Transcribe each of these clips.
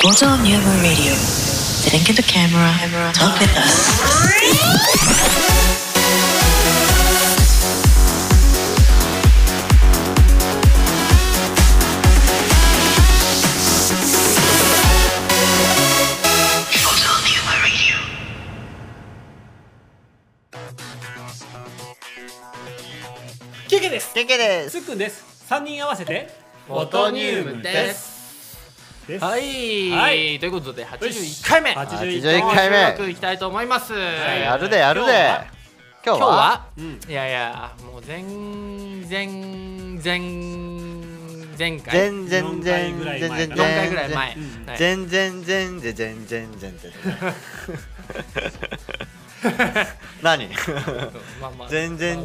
Photo Nuevo Radio. Think of the camera, talk with us. ケケです。 ケケです。 つっくんです。3人合わせてフォトニウムです。はい、ということで81回目 81回目いきたいと思います。 やるでやるで。今日はいやいやもう前回 4回ぐらい前何全然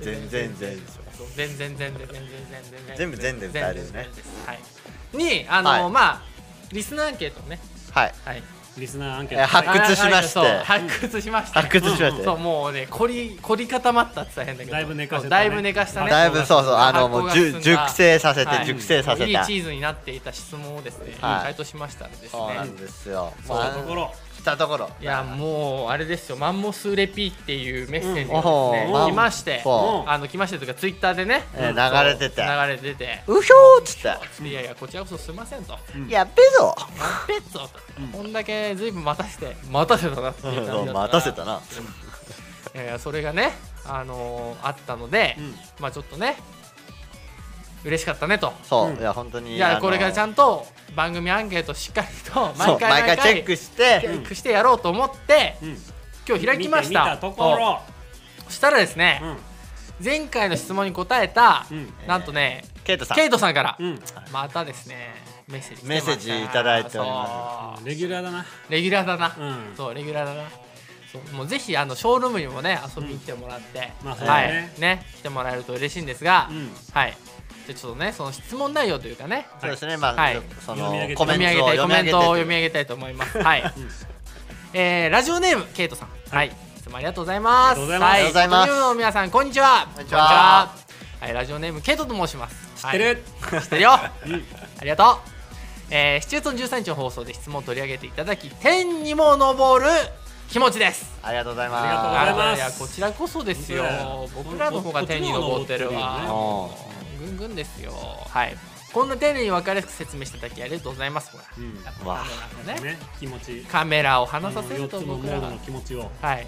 全部全で歌えるよね。 にまあリスナーアンケートね、 はいリスナーアンケート発掘しましてそうもうね凝り固まったって大変だけどだいぶ寝かしたね。 だいぶそうもう熟成させていいチーズになっていた質問をですね回答しましたのですね。 そうなんですよ。 したところいやもうあれですよ、マンモスレピっていうメッセージがですね来まして来ましてというかツイッターでね流れててうひょーっつっていやいやこちらこそすいませんとやっべぞとこんだけずいぶん待たせたなっていう感じだった待たせたな。 いやいやそれがねあったのでまあちょっとね嬉しかったねと。 そういや本当にいやこれからちゃんと番組アンケートしっかりと毎回チェックしてやろうと思って今日開きました。 ところそしたらですね前回の質問に答えたなんとねケイトさんからまたですねメッセージいただいております。 レギュラーだなそうレギュラーだな。もうぜひショールームにもね遊びに来てもらって来てもらえると嬉しいんですが、はいじゃちょっとねその質問内容というかねそうですねまあそのコメントを読み上げたいと思います。はいラジオネームケイトさん、はいいつもありがとうございます。 ありがとうございます。 の皆さんこんにちは。はいラジオネームケイトと申します。 知ってるよありがとう。7月の13日の放送で質問を取り上げていただき天にも昇る気持ちです。 ありがとうございます。 いやこちらこそですよ。僕らの方が天に昇ってるわ。ぐんぐんですよ。はいこんな丁寧に分かりやすく説明していただきありがとうございます。 気持ちカメラを離させると僕らの気持ちをはい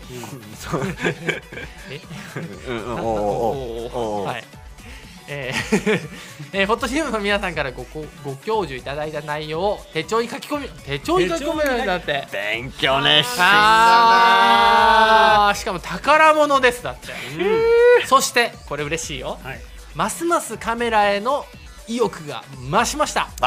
フォトシウムの皆さんからご教授いただいた内容を手帳に書き込めるんだって。 勉強熱心だな。しかも宝物ですだって。そしてこれ嬉しいよ、ますますカメラへの意欲が増しました。 素晴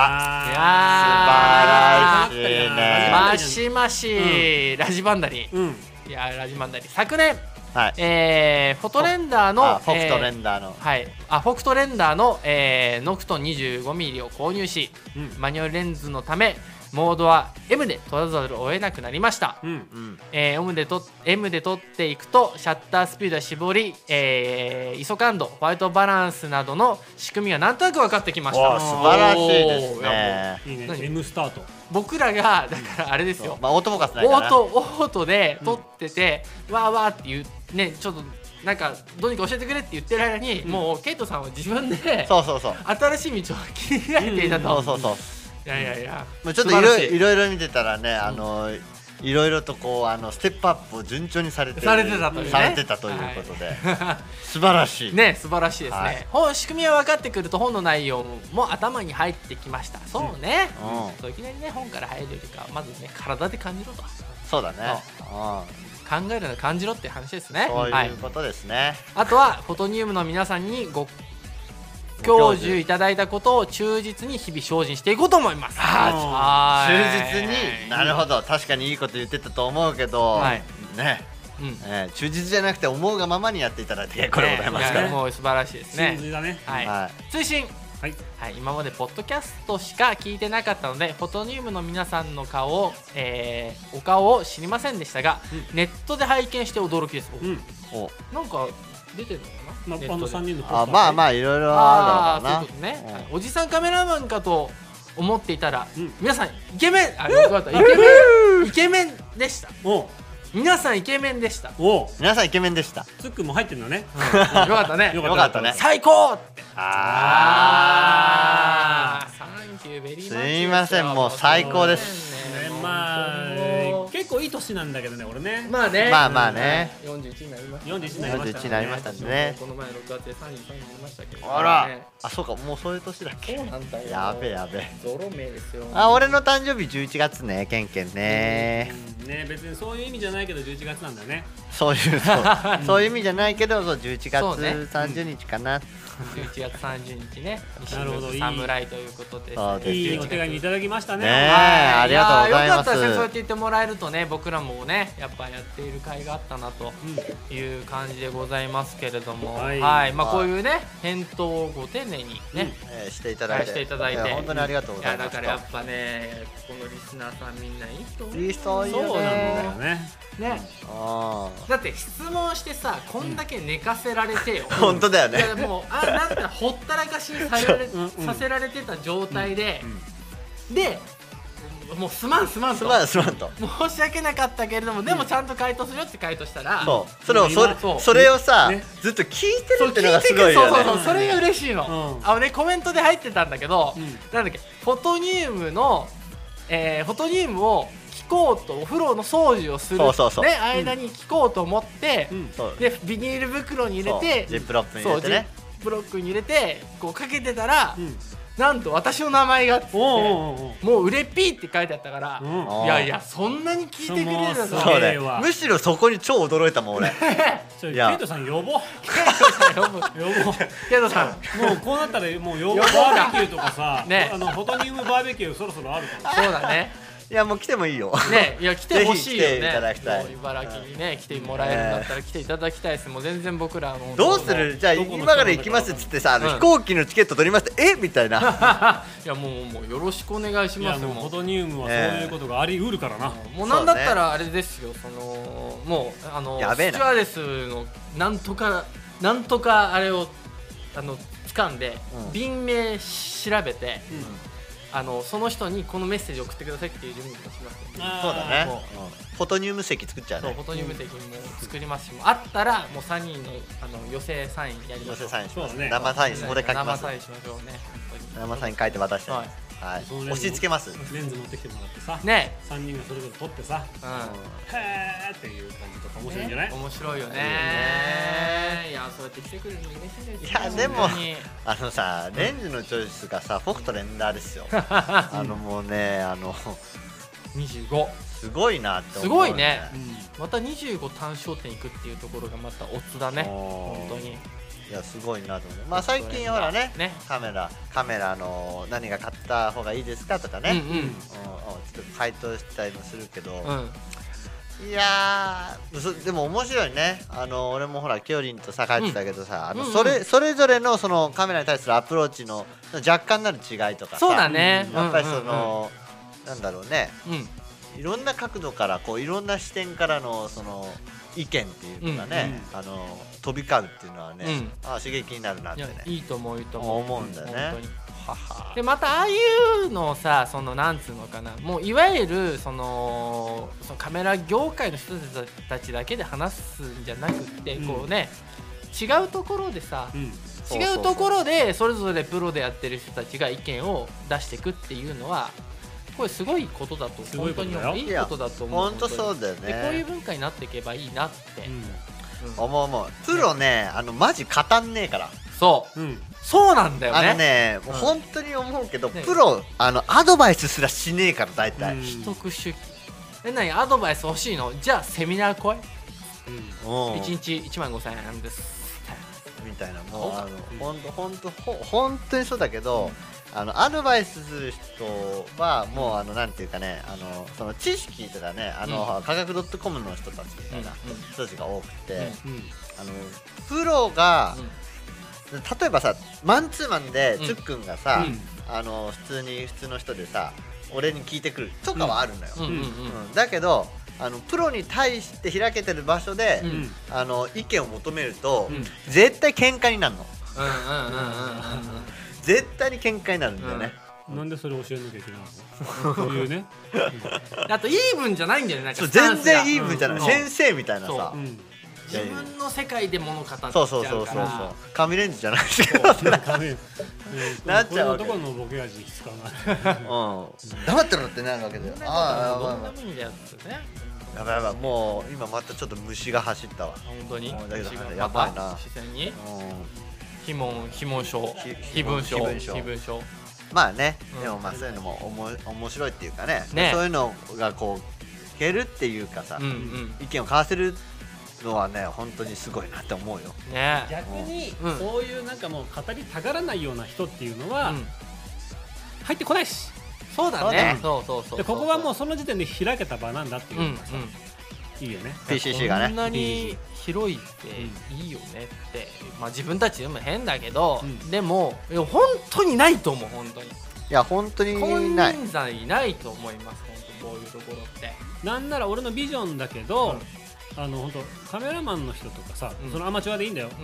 らしいね。 マシマシラジバンダリいやラジバンダリ昨年フォトレンダーのフォクトレンダーのフォクトレンダーのノクトン 25mm を購入しマニュアルレンズのためモードは M で撮らざるを得なくなりました。M で撮っていくとシャッタースピードや絞り、ISO感度、ホワイトバランスなどの仕組みがなんとなく分かってきました。 素晴らしいですね。 いいね。M スタート。 僕らがだからあれですよ。 オートフォーカスないから。 オートで撮っててわーわーっていうねちょっとなんかどうにか教えてくれって言ってる間にもうケイトさんは自分で新しい道を切り開いていたと。いやちょっといろいろ見てたらねいろいろとこうステップアップを順調にされてたということで素晴らしいね。素晴らしいですね。仕組みが分かってくると本の内容も頭に入ってきました。そうねいきなりね本から入るよりかまずね体で感じろと。 そうだね考えるの感じろっていう話ですね。 そういうことですね。 あとはフォトニウムの皆さんにご教授いただいたことを忠実に日々精進していこうと思います。 忠実になるほど。確かにいいこと言ってたと思うけどね忠実じゃなくて思うがままにやっていただいてこれでございますからもう素晴らしいですね。追伸今までポッドキャストしか聞いてなかったのでフォトニウムの皆さんのお顔を知りませんでしたがネットで拝見して驚きです。なんか出てるのかな。 3人のまあいろいろあるだろうな。 おじさんカメラマンかと思っていたら、皆さんイケメン、よかった、イケメンでした。皆さんイケメンでした。 皆さんイケメンでした。 つっくんも入ってるのね。 よかったね。 よかったね。 最高って。 サンキューベリーマッチ。 すいません、もう最高です。 まあ結構いい年なんだけどね、俺ね。 まあね。 まあまあね。 41になりました。 41になりましたんでね。 この前6月で33になりましたけど。 あら。あ、そうか、もうそういう年だっけ。 そうなんだよ。 やべやべ。 ゾロ目ですよ。 あ、俺の誕生日11月ね、ケンケンね。 ね、別にそういう意味じゃないけど11月なんだよね。 そういう意味じゃないけど、そう11月30日かな。 11月30日ね。なるほど、侍ということで。 いいお手紙いただきましたね。 ありがとうございます。 よかったですね、そうやって言ってもらえるとね、僕らもね、やっぱやっている甲斐があったなという感じでございますけれども、はい、まあこういうね、返答をご丁寧にね、 していただいて、本当にありがとうございます。 だからやっぱね、このリスナーさんみんないい人、 いい人いいよね。 そうなんだよね。 ね、だって質問してさ、こんだけ寝かせられてよ。 本当だよね。 いやもうなんかほったらかしにさせられてた状態で、もうすまんと申し訳なかったけれども、でもちゃんと回答するよって回答したら、 それをさずっと聞いてるってのがすごいよね。 そうそれが嬉しいの。コメントで入ってたんだけど、なんだっけ、フォトニウムを聞こうと、お風呂の掃除をする間に聞こうと思って、でビニール袋に入れて、 ジップロックに入れてね、 ジップロックに入れてこうかけてたら、なんと私の名前がもう売れっぴーって書いてあったから、いやいや、そんなに聞いてくれるの。 そうね、むしろそこに超驚いたもん俺。 ケイトさん呼ぼう。 ケイトさん、 もうこうなったらもう呼ぼう。バーベキューとかさ、フォトニウムバーベキューそろそろあるかも。 そうだね。 いや、もう来てもいいよね。いや、来てほしいよね。 来ていただきたい。 茨城にね、来てもらえるんだったら来ていただきたいです。もう全然僕らどうする、じゃあ今から行きますっつってさ、飛行機のチケット取りました、みたいな。 いや、もうよろしくお願いします。 フォトニウムはそういうことがありうるからな。 もうなんだったらあれですよ、もうスチュワーデスのなんとかあれを掴んで便名調べて、その人にこのメッセージを送ってくださいっていう準備もします。 そうだね。フォトニウム席作っちゃうね。 フォトニウム席も作りますし、あったらもう3人の寄せサインやります。 寄せサインしますね。生サインそれ書きます。 生サインしましょうね。 生サイン書いて渡して。はい。押し付けます。 レンズ持ってきてもらってさ。 ね。 3人がそれぞれ撮ってさ。へーっていう感じとか面白いんじゃない？ 面白いよね。いや、そうやって来てくれるの嬉しいです。 いや、でもさ、レンズのチョイスがさ、フォクとレンダーですよ。もうね、 25 すごいなって思う。 すごいね。また25単焦点いくっていうところがまたオツだね。本当に。 いや、すごいなと思う。まあ最近ほらね、カメラの何が買った方がいいですかとかね、ちょっと回答したりもするけど、いやー、でも面白いね。俺もほらきよりんとさ帰ってたけどさ、それぞれのそのカメラに対するアプローチの若干なる違いとかさ、 そうだね。 やっぱりなんだろうね、いろんな角度からこういろんな視点からのその意見っていうのがね、飛び交うっていうのはね、刺激になるなってね。 いいと思う思うんだよね。 でまたああいうのをさ、なんつうのかな、もういわゆるそのカメラ業界の人たちだけで話すんじゃなくて、こうね、違うところでさ、違うところでそれぞれプロでやってる人たちが意見を出していくっていうのは、これすごいことだと、本当にいいことだと思う。 本当そうだよね。 でこういう文化になっていけばいいなって思う。プロね、マジ語んねえから。 そうなんだよね。 もう本当に思うけど、プロアドバイスすらしねえから大体。 秘匿主義。何アドバイス欲しいの？じゃあセミナー来い。1日15,000円です。 みたいな、もう本当にそうだけど、アドバイスする人はもうなんていうかね、その知識とかね、科学 .com の人たちみたいな人たちが多くて、プロが例えばさ、マンツーマンでつっくんがさ、普通の人でさ、俺に聞いてくるとかはあるのよ。だけどプロに対して開けてる場所で、意見を求めると、絶対喧嘩になるの。絶対に喧嘩になるんだよね。 なんでそれ教えなきゃいけないのそういうねあとイーブンじゃないんだよね、なんかそうスタンスが全然いい分じゃない、先生みたいなさ、 自分の世界で物語っちゃうから。 そうそうそうそうそう、神レンジじゃないですけどなっちゃうわけ。 どこのボケ味使わない黙ってろってなるわけだよ。ああどんな意味だよってね。 やばいやばい、もう今またちょっと虫が走ったわ。 本当にだけどやばいな。 視線に非文書、非文書。 まあね、でもまあそういうのも面白いっていうかね、そういうのがこう聞けるっていうかさ、意見を交わせるのはね、本当にすごいなって思うよ。 逆にそういうなんかもう語りたがらないような人っていうのは入ってこないし。 そうだね。そうでここはもうその時点で開けた場なんだっていうのがさ、いいよね。 PCC がね、 こんなに広いっていいよねって、まあ自分たちでも変だけど、でも本当にないと思う。本当に、いや本当にない、 金財ないと思います。本当こういうところってなんなら俺のビジョンだけど、本当カメラマンの人とかさ、そのアマチュアでいいんだよ、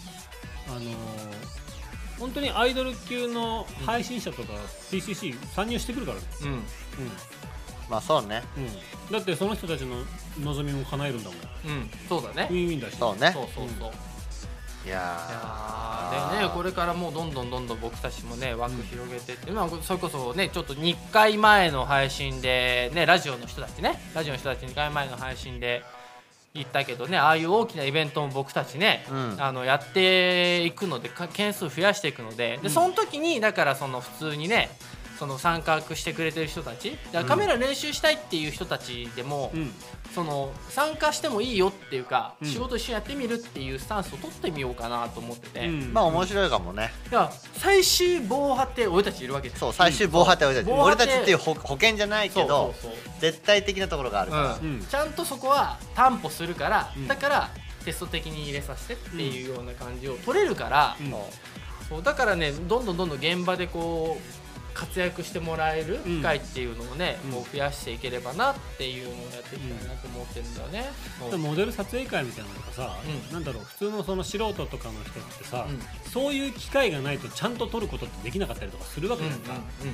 本当にアイドル級の配信者とか PCC 参入してくるからね。 まあそうね、 だってその人たちの望みも叶えるんだもん。 そうだね、 ウィンウィンだし。 そうね、 いやでね、これからもうどんどん僕たちもね枠広げてって、それこそねちょっと2回前の配信でねラジオの人たち2回前の配信で言ったけどね、ああいう大きなイベントも僕たちね、やっていくので件数増やしていくので、その時にだからその普通にねその参画してくれてる人たち、だからカメラ練習したいっていう人たちでも、その参加してもいいよっていうか、仕事一緒にやってみるっていうスタンスを取ってみようかなと思ってて、 まあ面白いかもね。 いや最終防波堤俺たちいるわけです。 そう、最終防波堤俺たちっていう保険じゃないけど絶対的なところがあるから、 ちゃんとそこは担保するから、だからテスト的に入れさせてっていうような感じを取れるから、そうだからねどんどん現場でこう活躍してもらえる機会っていうのをね、もう増やしていければなっていうのをやっていきたいなと思ってるんだよね。 モデル撮影会みたいなのとかさ、なんだろう、普通のその素人とかの人ってさ、そういう機会がないとちゃんと撮ることってできなかったりとかするわけじゃんか。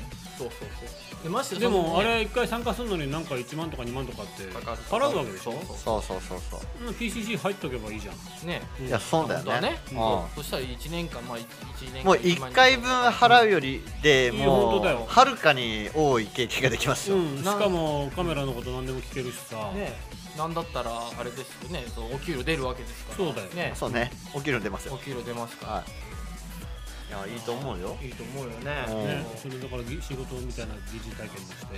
でもあれ1回参加するのになんか1万とか2万とかって払うわけでしょ。 そう PCC 入っとけばいいじゃんね。いやそうだよね。 そしたら1年間もう 1回分払うよりでもうはるかに多い経験ができますよ。 しかもカメラのこと何でも聞けるしさ、 なんだったらあれですよね、お給料出るわけですから。 そうだよね。 そうね、お給料出ますよ。 お給料出ますから。 いやいいと思うよ。 いいと思うよね。 それだから仕事みたいな疑似体験もして、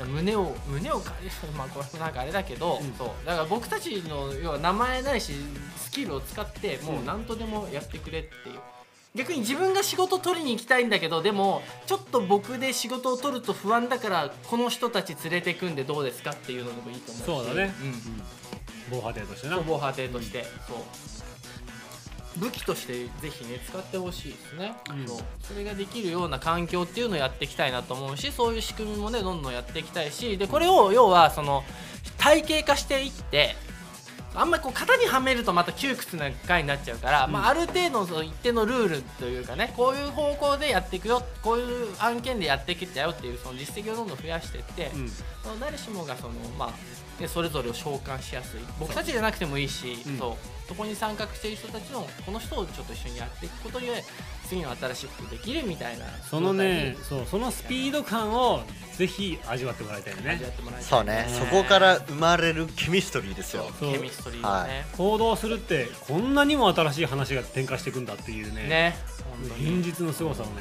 胸を借りる、まあこれなんかあれだけど、そうだから僕たちの要は名前ないしスキルを使ってもう何とでもやってくれっていう。逆に自分が仕事取りに行きたいんだけど、でもちょっと僕で仕事を取ると不安だからこの人たち連れてくんでどうですかっていうのでもいいと思うし。 そうだね。防波堤としてな。 防波堤として、そう武器としてぜひね使ってほしいですね。それができるような環境っていうのをやっていきたいなと思うし、そういう仕組みもねどんどんやっていきたいし、でこれを要はその体系化していって、あんまりこう型にはめるとまた窮屈な回になっちゃうから、ある程度の一定のルールというかね、こういう方向でやっていくよ、こういう案件でやってきたよっていうその実績をどんどん増やしていって、誰しもがそのそれぞれを召喚しやすい、僕たちじゃなくてもいいし、そこに参画している人たちのこの人をちょっと一緒にやっていくことで次の新しいことできるみたいな、 そのね、そのスピード感をぜひ味わってもらいたいね。 そうね、そこから生まれるケミストリーですよ。 ケミストリーだね。 行動するってこんなにも新しい話が展開していくんだっていうね、現実の凄さをね。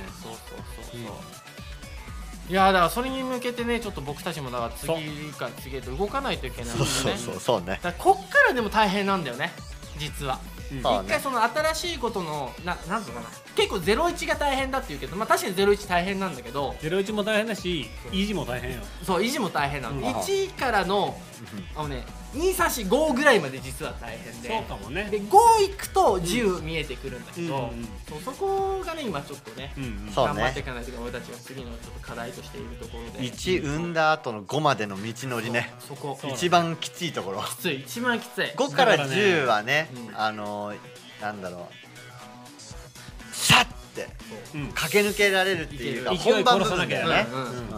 いやだからそれに向けてねちょっと僕たちもだから次へと動かないといけないのでね。 そうね。 だからこっからでも大変なんだよね実は。一回その新しいことのなんていうかな、結構01が大変だって言うけど、確かに01大変なんだけど、 01も大変だし維持も大変よ。 そう維持も大変なの。1からの2345ぐらいまで実は大変で、 そうかもね。 で5いくと10見えてくるんだけど、そこがね今ちょっとね頑張っていかないといけない。俺たちが次のちょっと課題としているところで、 1生んだ後の5までの道のりね、 そこ一番きついところ。 きつい、一番きつい。 5から10はね、なんだろう、さっって駆け抜けられるっていうか本番部分だよね。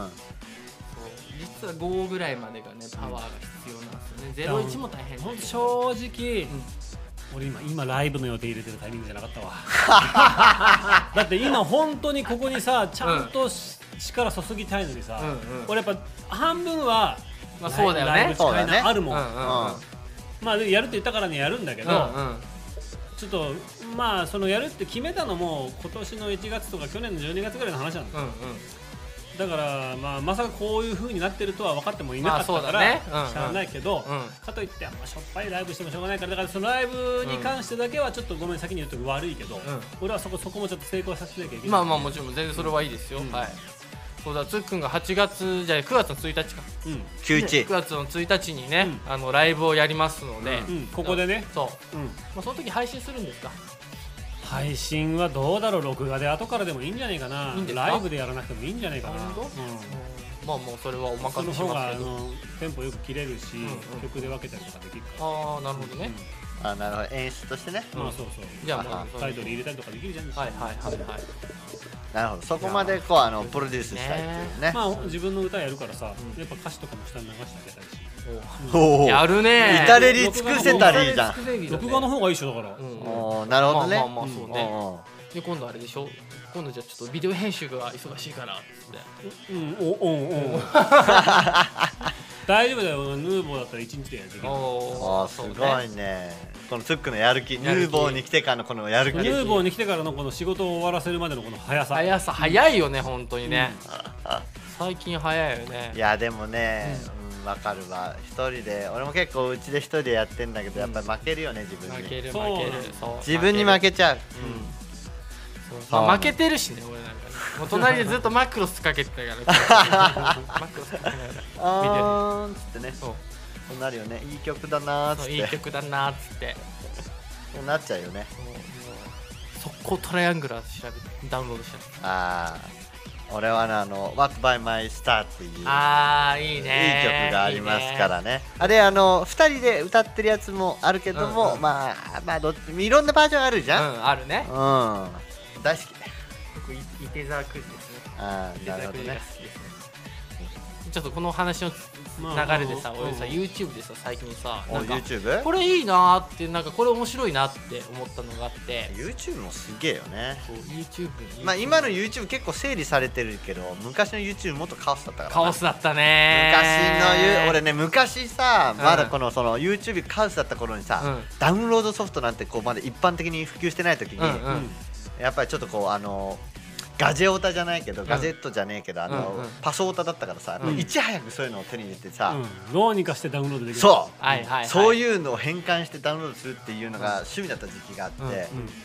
実は5ぐらいまでがねパワーが必要なんですよね。01も大変だけど正直、俺今ライブの予定入れてるタイミングじゃなかったわだって今本当にここにさちゃんと力注ぎたいのにさ、俺やっぱ半分はそうだよね、 ライブ近いなあるもん。まあやるって言ったからにやるんだけど、ちょっとまあそのやるって決めたのも今年の1月とか去年の12月ぐらいの話なんだよ。だからまさかこういう風になってるとは分かってもいなかったからしゃあないけど、かといってしょっぱいライブしてもしょうがないから、だからそのライブに関してだけはちょっとごめん先に言うと悪いけど、俺はそこもちょっと成功させなきゃいけない。 まあもちろん全然それはいいですよ。はい。そうだ、つっくんが9月の1日か、9月の1日にねライブをやりますので、 ここでね、 そうその時配信するんですか？ 配信はどうだろう、録画で後からでもいいんじゃないかな。ライブでやらなくてもいいんじゃないかな。 まあもうそれはお任せしますけど、その方がテンポよく切れるし、曲で分けたりとかできるから。 ああなるほどね。 なるほど、演出としてね。 まあそうじゃあタイトル入れたりとかできるじゃん。 はい。 なるほど、そこまでこうプロデュースしたいっていうね。 まあ自分の歌やるからさ、やっぱ歌詞とかも下に流してあげたりし。 やるね。 至れり尽くせたりじゃん。 録画の方がいいでしょ、だから。 なるほどね。 まあそうね。で今度あれでしょ。今度じゃあちょっとビデオ編集が忙しいからっつって。 大丈夫だよ、ヌーボーだったら1日でやる。 すごいね。このツックのやる気、ヌーボーに来てからのこのやる気。 ヌーボーに来てからのこの仕事を終わらせるまでのこの速さ早いよね、本当にね。最近早いよね。 いやでもね、わかるわ。一人で、俺も結構うちで一人でやってんだけど、やっぱり負けるよね、自分に。 負ける。 自分に負けちゃう。 負けてるしね、俺なんかね。もう隣でずっとマクロスかけてたからマクロスかけながら見てる。 つってね、そうなるよね。いい曲だなーっつって。 いい曲だなーっつって。 そうなっちゃうよね。 速攻トライアングラー調べてダウンロードした。 俺はWhat by My Star っていういい曲がありますからね。あれ2人で歌ってるやつもあるけども、まあいろんなバージョンあるじゃん。 あるね。 大好き。 僕伊手沢くじですね。 なるほどね。 ちょっとこの話の流れでさ、俺さ YouTube でさ最近さ、なんか YouTube？ これいいなーって、なんかこれ面白いなって思ったのがあって。 YouTube もすげえよね。 YouTube まあ今の YouTube 結構整理されてるけど、昔の YouTube もっとカオスだったから。 カオスだったね。 俺ね、昔さ、まだこのYouTube カオスだった頃にさ、ダウンロードソフトなんてこうまだ一般的に普及してない時に、やっぱりちょっとこうガジェオタじゃないけど、ガジェットじゃねえけどパソオタだったからさ、いち早くそういうのを手に入れてさ、 どうにかしてダウンロードできる。 そういうのを変換してダウンロードするっていうのが趣味だった時期があって、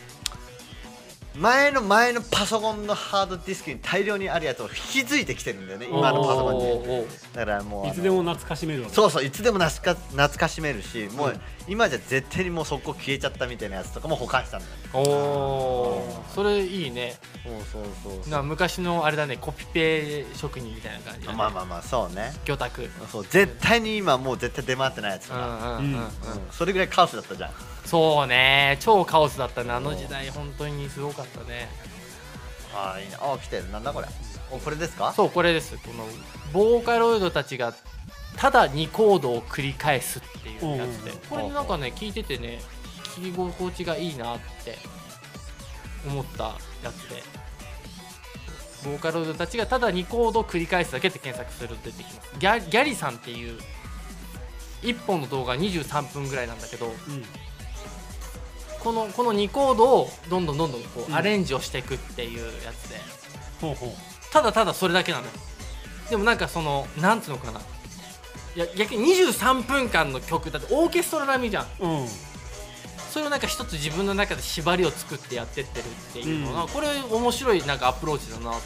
前のパソコンのハードディスクに大量にあるやつを引き継いできてるんだよね、今のパソコンに。だからもういつでも懐かしめるわけ。 そういつでも懐かしめるし、もう今じゃ絶対にもう速攻消えちゃったみたいなやつとかも保管したんだよ。 それいいね。そう昔のあれだね、コピペ職人みたいな感じ。 まあそうね。 魚拓。 絶対に今もう絶対出回ってないやつとか、それぐらいカオスだったじゃん。 そうね、超カオスだったね、あの時代。本当にすごかったね。 いいね。来てる。なんだこれ。これですか？ そう、これです。このボーカロイドたちがただ2コードを繰り返すっていうやつで、これなんかね、聞いててね、聞き心地がいいなって思ったやつで、ボーカロイドたちがただ2コードを繰り返すだけって検索すると出てきます。ギャリさんっていう1本の動画23分ぐらいなんだけど、この2コードをどんどんこうアレンジをしていくっていうやつで、ただただそれだけなのよ。でもなんかなんつうのかな、いや逆に23分間の曲だってオーケストラ並みじゃん。それをなんか一つ自分の中で縛りを作ってやってってるっていうのが、これ面白いなんかアプローチだなと思って。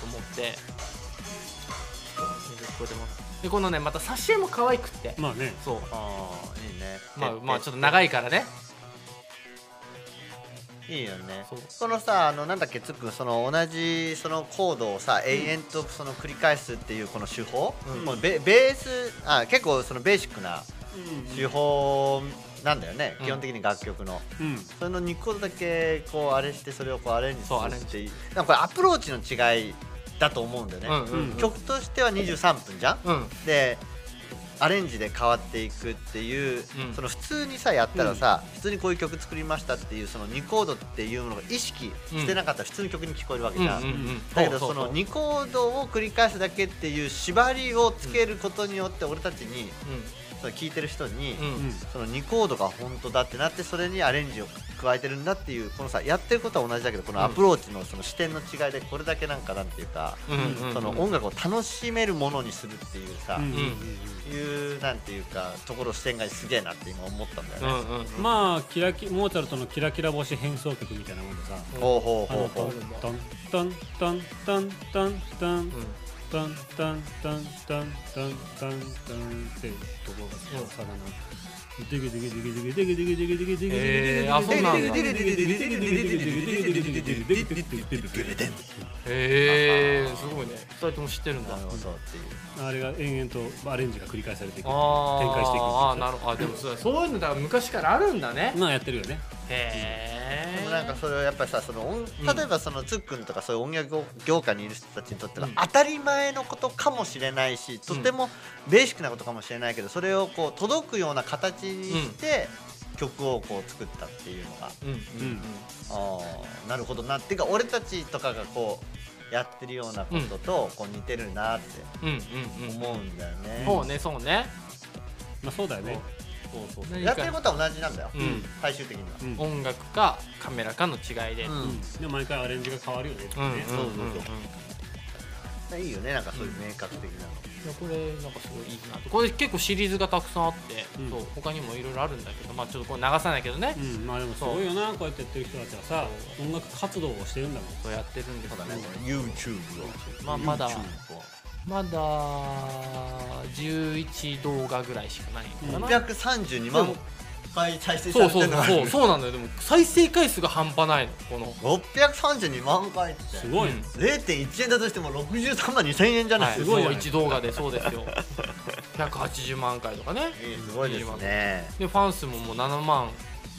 でこのね、また挿絵も可愛くって、 まあね、 そう、 いいね。 まあちょっと長いからね。 いいよね。このさ、なんだっけ、つっくん、同じコードをさ、永遠と繰り返すっていうこの手法、ベース、結構ベーシックな手法なんだよね、基本的に楽曲の、それの2個だけこうあれしてそれをこうアレンジするっていう、なんかこれアプローチの違いだと思うんだよね。曲としては23分じゃん、でアレンジで変わっていくっていう、その普通にさやったらさ、普通にこういう曲作りましたっていうその2コードっていうものが意識してなかったら普通の曲に聞こえるわけじゃん。だけどその2コードを繰り返すだけっていう縛りをつけることによって俺たちに、その聴いてる人に、その2コードが本当だってなってそれにアレンジを加えてるんだっていうこのさやってることは同じだけどこのアプローチのその視点の違いでこれだけなんかなんていうかその音楽を楽しめるものにするっていうさいうなんていうかところ視点がすげえなって今思ったんだよね。 まあモーツァルトのキラキラ星変奏曲みたいなもんでさ、 ほうほうほうほうトントントントントントンタンタンタンタンタンタンタンってところがさだな。デゲデゲデゲデゲデゲデゲデゲデゲデゲデゲデあ、そうなんだ。すごいね。2人とも知ってるんだ。 あれが延々とアレンジが繰り返されていく、展開していく。 ああ、なるほど。でもそういうのだから昔からあるんだね。 まあやってるよね。 へえ。 でもなんかそれはやっぱりさその例えばそのつっくんとかそういう音楽業界にいる人たちにとっては当たり前のことかもしれないし、とてもベーシックなことかもしれないけどそれをこう届くような形にして曲をこう作ったっていうのが、なるほどなっていうか俺たちとかがこうやってるようなこととこう似てるなって思うんだよね。 そうねそうね。 まあそうだよね。 やってることは同じなんだよ、最終的には、 音楽かカメラかの違いで、 で毎回アレンジが変わるよね。 いいよねなんかそういう明確的なの。 これなんかすごいいいなと。これ結構シリーズがたくさんあって、他にもいろいろあるんだけど、まあちょっとこれ流さないけどね。 まあでもすごいよな、こうやってやってる人たちはさ、音楽活動をしてるんだもん。 そうやってるんですよね。 YouTube をまだ11動画ぐらいしかないのかな。 632万回再生されてるの。 そうなんだよ。でも再生回数が半端ないの。この 632万回ってすごい。 0.1 円だとしても63万2000円じゃない。 すごい1動画でそうですよ。180万回とかね。 すごいですね。 でファン数ももう7万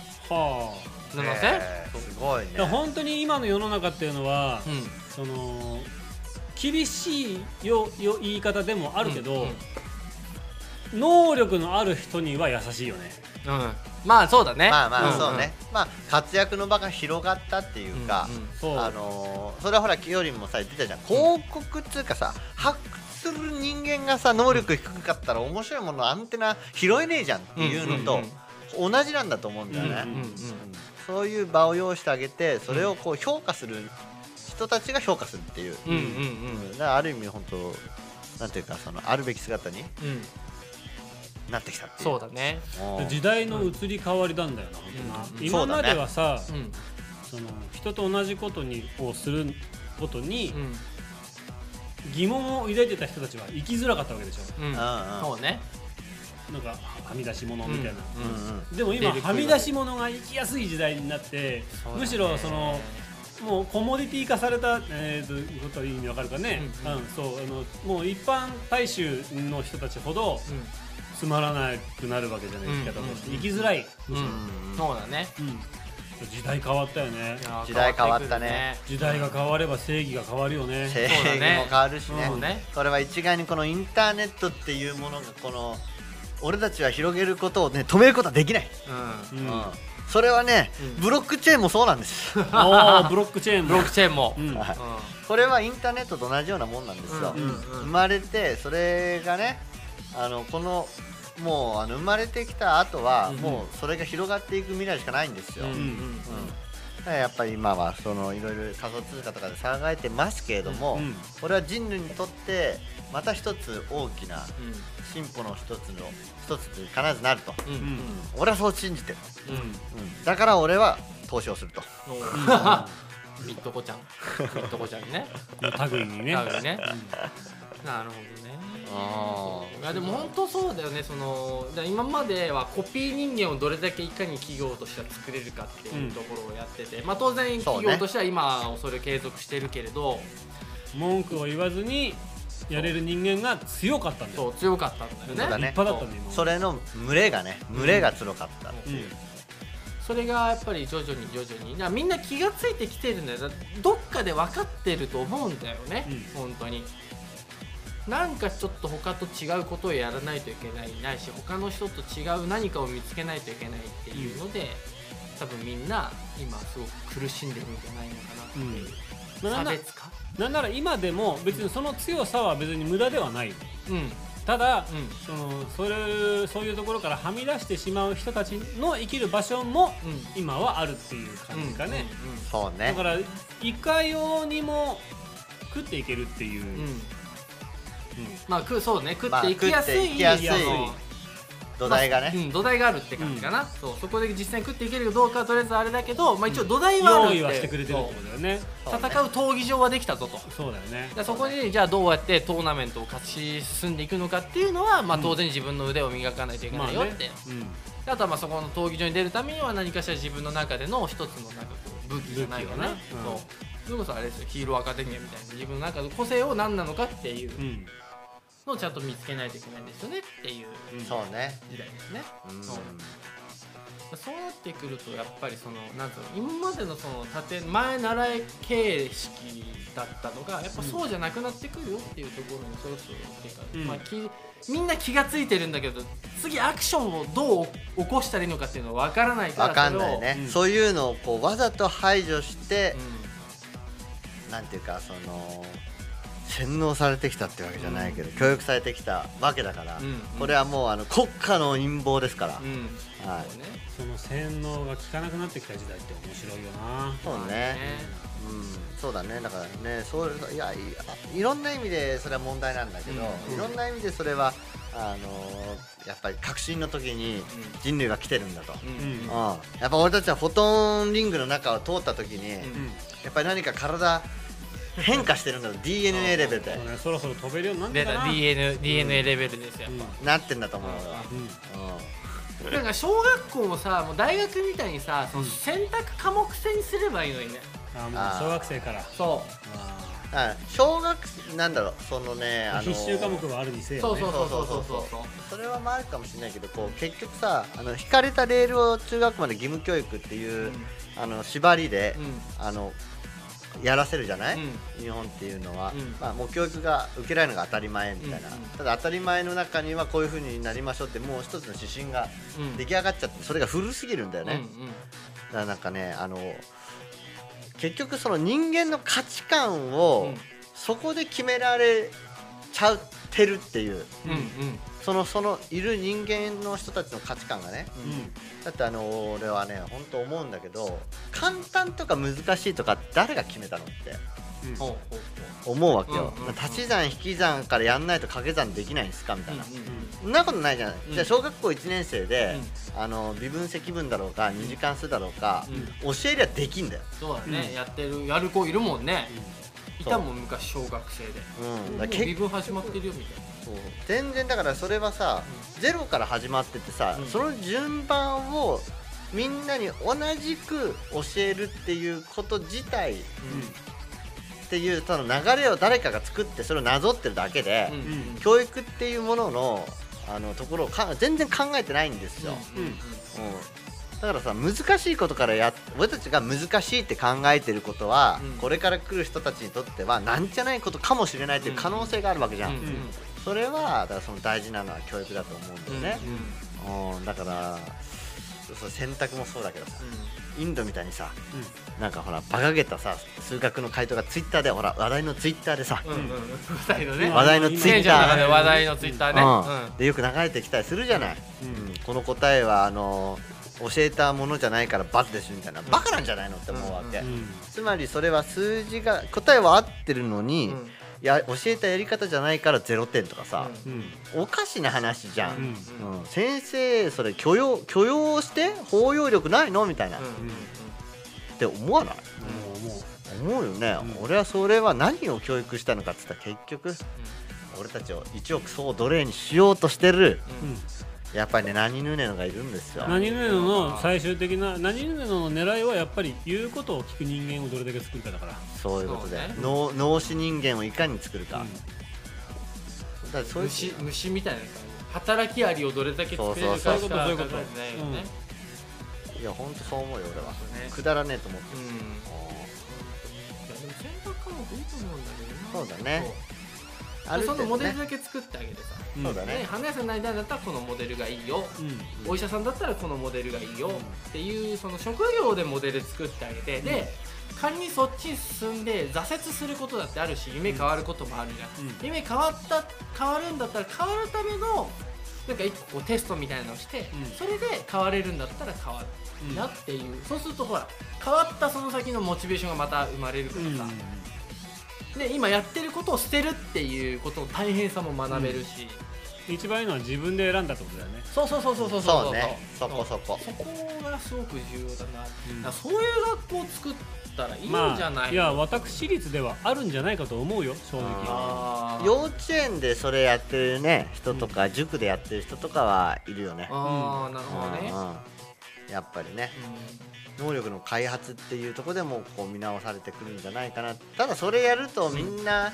7000。 すごいね。 本当に今の世の中っていうのはその厳しい言い方でもあるけど、能力のある人には優しいよね。 まあそうだね。 まあそうね。まあ活躍の場が広がったっていうか、それはほらきよりもさ言ってたじゃん。広告っつうかさ発掘する人間がさ能力低かったら面白いものアンテナ拾えねえじゃんっていうのと同じなんだと思うんだよね。そういう場を用意してあげてそれをこう評価する人たちが評価するっていう、だからある意味本当なんていうかそのあるべき姿になってきたっていう。 そうだね。 時代の移り変わりなんだよな、本当な。今まではさ、その人と同じことをすることに疑問を抱いてた人たちは生きづらかったわけでしょ。 そうね。 なんかはみ出し物みたいな。でも今はみ出し物が生きやすい時代になって、むしろそのもうコモディティ化されたことは意味わかるかね。そうもう一般大衆の人たちほどつまらなくなるわけじゃないですか。生きづらい。 そうだね。 時代変わったよね。 時代変わったね。 時代が変われば正義が変わるよね。 正義も変わるしね。これは一概にこのインターネットっていうものがこの俺たちは広げることをね止めることはできない。それはねブロックチェーンもそうなんです。 ブロックチェーンも。 これはインターネットと同じようなもんなんですよ。生まれてそれがねこのもう生まれてきた後はもうそれが広がっていく未来しかないんですよ。やっぱり今はそのいろいろ仮想通貨とかで騒がれてますけれども、これは人類にとってまた一つ大きな進歩の一つに必ずなると、俺はそう信じてる。だから俺は投資をすると。 ビットコちゃんにね。 類にね。 なるほどね。でも本当そうだよね。その今まではコピー人間をどれだけいかに企業としては作れるかっていうところをやってて、当然企業としては今それを継続してるけれど、 文句を言わずにやれる人間が強かったんだよ。 そう強かったんだよね。 立派だったんだよ。 それの群れが強かったっていう。 それがやっぱり徐々にみんな気がついてきてるんだよ。どっかで分かってると思うんだよね、本当に。なんかちょっと他と違うことをやらないといけないし、他の人と違う何かを見つけないといけないっていうので、多分みんな今すごく苦しんでるんじゃないのかなっていう、差別化なんなら今でも別にその強さは別に無駄ではない、ただ、そういうところからはみ出してしまう人たちの生きる場所も今はあるっていう感じかね。 そうね。 だからいかようにも食っていけるっていう、 まあそうね、食っていきやすい土台がね、 土台があるって感じかな。そこで実際に食っていけるかどうかはとりあえずあれだけど、一応土台はあるって、 用意はしてくれてるってことだよね。 戦う闘技場はできたぞと。 そうだよね。 そこにじゃあどうやってトーナメントを勝ち進んでいくのかっていうのは、当然自分の腕を磨かないといけないよって。あとはそこの闘技場に出るためには何かしら自分の中での一つの武器じゃないよね。それこそあれですよ、ヒーローアカデミアみたいな自分の中の個性を何なのかっていうのをちゃんと見つけないといけないんですよねっていうそうね時代ですね。そうなってくるとやっぱりなんていうの、今までの前習い形式だったのがやっぱそうじゃなくなってくるよっていうところにそろそろみんな気がついてるんだけど、次アクションをどう起こしたらいいのかっていうのは分からないから、 分かんないね。そういうのをこうわざと排除して、なんていうか洗脳されてきたってわけじゃないけど、教育されてきたわけだから、これはもう国家の陰謀ですから。 その洗脳が効かなくなってきた時代って面白いよな。 そうね。そうだね。だからね、いろんな意味でそれは問題なんだけど、いろんな意味でそれはやっぱり革新の時に人類が来てるんだと。やっぱ俺たちはフォトンリングの中を通った時に、やっぱり何か体変化してるんだろう。DNA レベルでそろそろ飛べるようになってたな。 DNA レベルですよ、やっぱなってんだと思う。 なんか小学校もさ、もう大学みたいにさ、選択科目制にすればいいのにね。 小学生から。 小学なんだろう、 必修科目はあるにせよね。 それはあるかもしれないけど、結局さ、引かれたレールを中学まで義務教育っていう縛りでやらせるじゃない、日本っていうのは。もう教育が受けられるのが当たり前みたいな。ただ当たり前の中にはこういう風になりましょうって、もう一つの指針が出来上がっちゃって、それが古すぎるんだよね。だからなんかね、結局その人間の価値観をそこで決められちゃってるっていう、そのいる人間の人たちの価値観がね、だって俺はね本当思うんだけど、簡単とか難しいとか誰が決めたのって思うわけよ。足し算引き算からやんないと掛け算できないんですかみたいな。そんなことないじゃない。じゃあ小学校1年生で微分積分だろうか2次関数だろうか教えりゃできんだよ。 そうだね、やる子いるもんね。いたもん昔小学生で。微分始まってるよみたいな。 全然だからそれはさ、ゼロから始まっててさ、その順番をみんなに同じく教えるっていうこと自体っていうその流れを誰かが作ってそれをなぞってるだけで、教育っていうもののところを全然考えてないんですよ。だからさ、難しいことから俺たちが難しいって考えてることは、これから来る人たちにとってはなんじゃないことかもしれないっていう可能性があるわけじゃん。それはだからその大事なのは教育だと思うんだよね。だから選択もそうだけどさ、インドみたいにさ、なんかほら馬鹿げたさ数学の回答がツイッターで、ほら話題のツイッターでさ、話題のツイッター話題のツイッターね、 でよく流れてきたりするじゃない。この答えは教えたものじゃないから×ですみたいな、バカなんじゃないのって思うわけ。つまりそれは数字が答えは合ってるのに、教えたやり方じゃないから0点とかさ、おかしな話じゃん。先生それ許容して包容力ないのみたいなって思わない？思うよね。俺はそれは何を教育したのかって言ったら、結局俺たちを一億総奴隷にしようとしてる、やっぱりね、何ヌネノがいるんですよ。 何ヌネノの最終的な何ヌネノの狙いはやっぱり言うことを聞く人間をどれだけ作るかだから。 そういうことで、脳死人間をいかに作るか。 だそういう虫みたいな感じ、働きアリをどれだけ作れるかしか考えてないよね。 いや本当そう思うよ俺は、くだらねえと思ってる。 洗濯かもいいと思うんだけどな。 そうだね。 そのモデルだけ作ってあげてさ、 そうだね。 花屋さんになりたいんだったらこのモデルがいいよ、お医者さんだったらこのモデルがいいよっていう、その職業でモデル作ってあげて、で仮にそっちに進んで挫折することだってあるし、夢変わることもあるじゃん。夢変わるんだったら変わるためのなんか一個こうテストみたいなのをして、それで変われるんだったら変わるなっていう、そうするとほら変わったその先のモチベーションがまた生まれるからさ、で今やってることを捨てるっていうことの大変さも学べるし、 一番いいのは自分で選んだってことだよね。 そうね、そこがすごく重要だな、そういう学校を作ったらいいんじゃないの。 いや私立ではあるんじゃないかと思うよ正直。 幼稚園でそれやってるね人とか、塾でやってる人とかはいるよね。 なるほどね。 やっぱりね、能力の開発っていうところでもこう見直されてくるんじゃないかな。ただそれやるとみんな、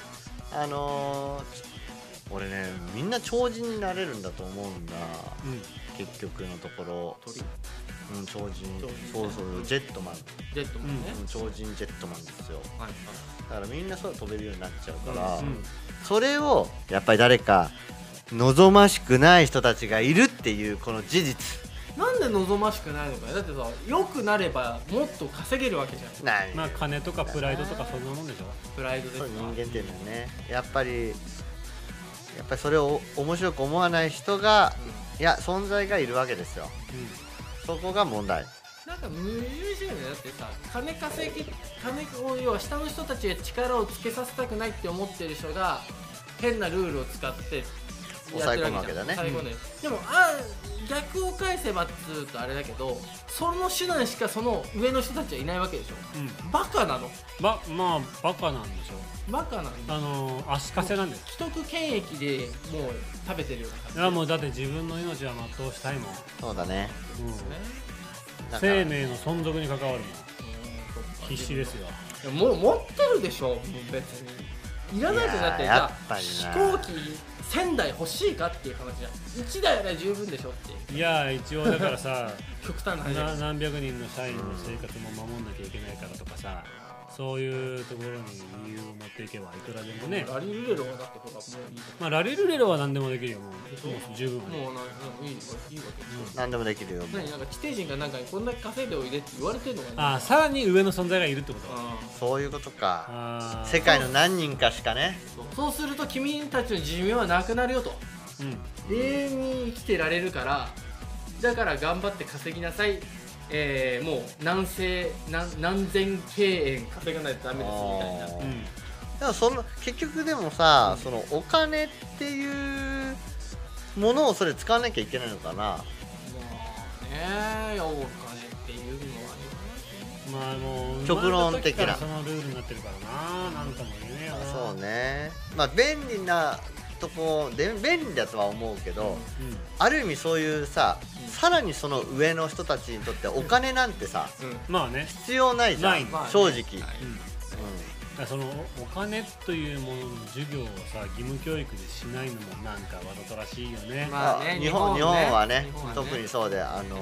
俺ねみんな超人になれるんだと思うんだ、結局のところ。超人、そうジェットマンね、超人ジェットマンですよ。だからみんなそう飛べるようになっちゃうから、それをやっぱり誰か望ましくない人たちがいるっていうこの事実。 なんで望ましくないのか。だってさ、良くなればもっと稼げるわけじゃん。 まあ金とかプライドとかそんなもんでしょ。 プライドですか。 人間っていうのはね、やっぱりそれを面白く思わない人が、いや存在がいるわけですよ。そこが問題。 なんか矛盾してるよね。だってさ、金を要は下の人たちが力をつけさせたくないって思ってる人が変なルールを使って抑え込むわけだね。 でも逆を返せばっつうとあれだけど、その手段しかその上の人たちはいないわけでしょ。バカなの。 まあバカなんでしょ。 バカなんだ。足かせなんです。 既得権益でもう食べてるような感じ。 いやもうだって自分の命は全うしたいもん。 そうだね。 生命の存続に関わるもん。必死ですよ。 もう持ってるでしょ。別にいらないと。だってさ、飛行機1000台欲しいかっていう話じゃん。1台なら十分でしょっていう。 いや一応だからさ極端な話、 何百人の社員の生活も守んなきゃいけないからとかさ、そういうところに理由を持っていけばいくらでもね。 ラリルレロはだってほらもういい。 まあラリルレロは何でもできるよ。もう十分。 もういいわけでしょ。 何でもできるよ。 なんか地底人がなんかこんだけ稼いでおいでって言われてるのかな。 さらに上の存在がいるってこと。 そういうことか。世界の何人かしかね。 そうすると君たちの寿命はなくなるよと。永遠に生きてられるから、だから頑張って稼ぎなさい。もう何千敬円稼がないとダメですみたいな。 でも結局でもさ、そのお金っていうものをそれ使わなきゃいけないのかな。 まあね、お金っていうのはまあもう極論的なそのルールになってるからな。なんとも言えねえよな。 そうね。まあ便利なとこで便利だとは思うけど、ある意味そういうさ、さらにその上の人たちにとってお金なんてさ、 まあね必要ないじゃん、正直。 そのお金というものの授業をさ義務教育でしないのもなんかわざとらしいよね。 日本はね特にそうで、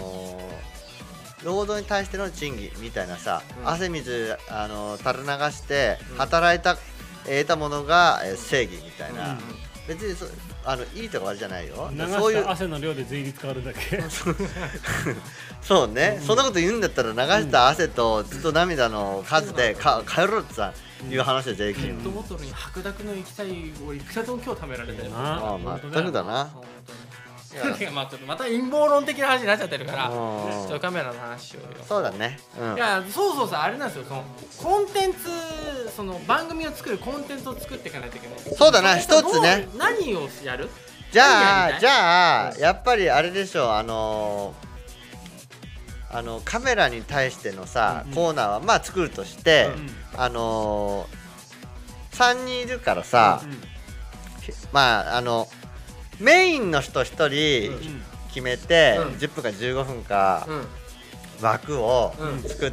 労働に対しての賃金みたいなさ、汗水垂れ流して働いた得たものが正義みたいな。別にいいとか悪いじゃないよ。 そういう汗の量で税率変わるだけ。 そうね、そんなこと言うんだったら流した汗とずっと涙の数で帰ろうってさいう話で税金。 ペットボトルに白濁の液体をいくらでも今日貯められたよ。 全くだな。 また陰謀論的な話になっちゃってるから、ちょっとカメラの話しようよ。 そうだね。 いやそうさ、あれなんですよ。そのコンテンツ、その番組を作るコンテンツを作っていかないといけない。 そうだな、一つね。 何をやる？ じゃあやっぱりあれでしょう。カメラに対してのさコーナーはまあ作るとして、3人いるからさ、まあメインの人1人決めて10分か15分か枠を作って、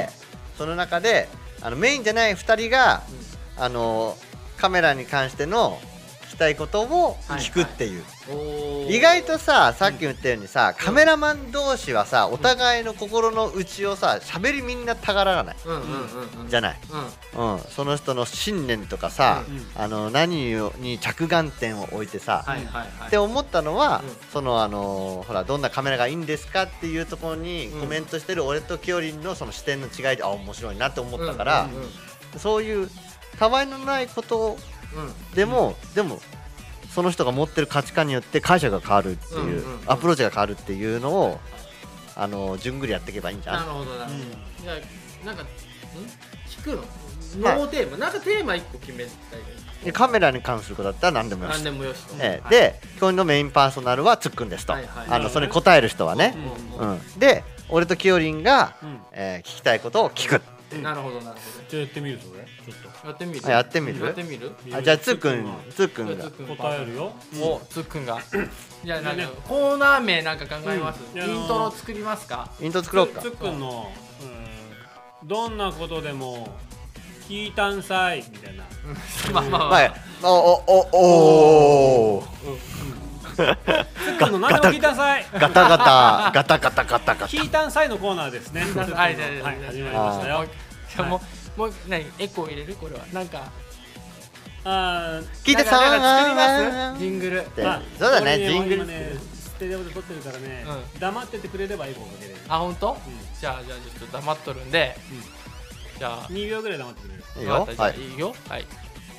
その中でメインじゃない2人がカメラに関してのきたいことを聞くっていう、 おー意外とさっき言ったようにさ、カメラマン同士はさお互いの心の内をさ喋りみんなたがらないじゃない、その人の信念とかさ、何に着眼点を置いてさ、って思ったのは、そのほらどんなカメラがいいんですかっていうところにコメントしてる俺ときよりんのその視点の違いで面白いなって思ったから、そういうたわいのないことでもその人が持ってる価値観によって解釈が変わるっていう、アプローチが変わるっていうのを順繰りやっていけばいいんじゃん。 なるほどなるほど。じゃあなんか聞くのノーテーマ、なんかテーマ1個決めたい。 カメラに関することだったら何でもよし。 何でもよし。 で今日のメインパーソナルはつっくんですと、それに答える人はね。で俺ときよりんが聞きたいことを聞く。 なるほどなるほど。 じゃあやってみるそれちょっとやってみる。 やってみる。 やってみる。 じゃあつっくんが答えるよ。 おつっくんが。じゃあなんかコーナー名なんか考えます。イントロ作りますか。 イントロ作ろうか。 つっくんのどんなことでも聞いたんさいみたいな。 まあまあはい。おお。 つっくんの何でも聞いたんさい。 ガタガタガタガタガタガタ。 聞いたんさいのコーナーですね。はい、始まりましたよ。 じゃあもう何エコー入れるこれはなんか聞いてさ作りますジングル。 そうだねジングル。 ステレオで撮ってるからね、黙っててくれればエコーかけれる。 あ本当？じゃあちょっと黙っとるんで、じゃあ 2秒ぐらい黙ってくれる。 いいよ。 はい。いいよ。はい。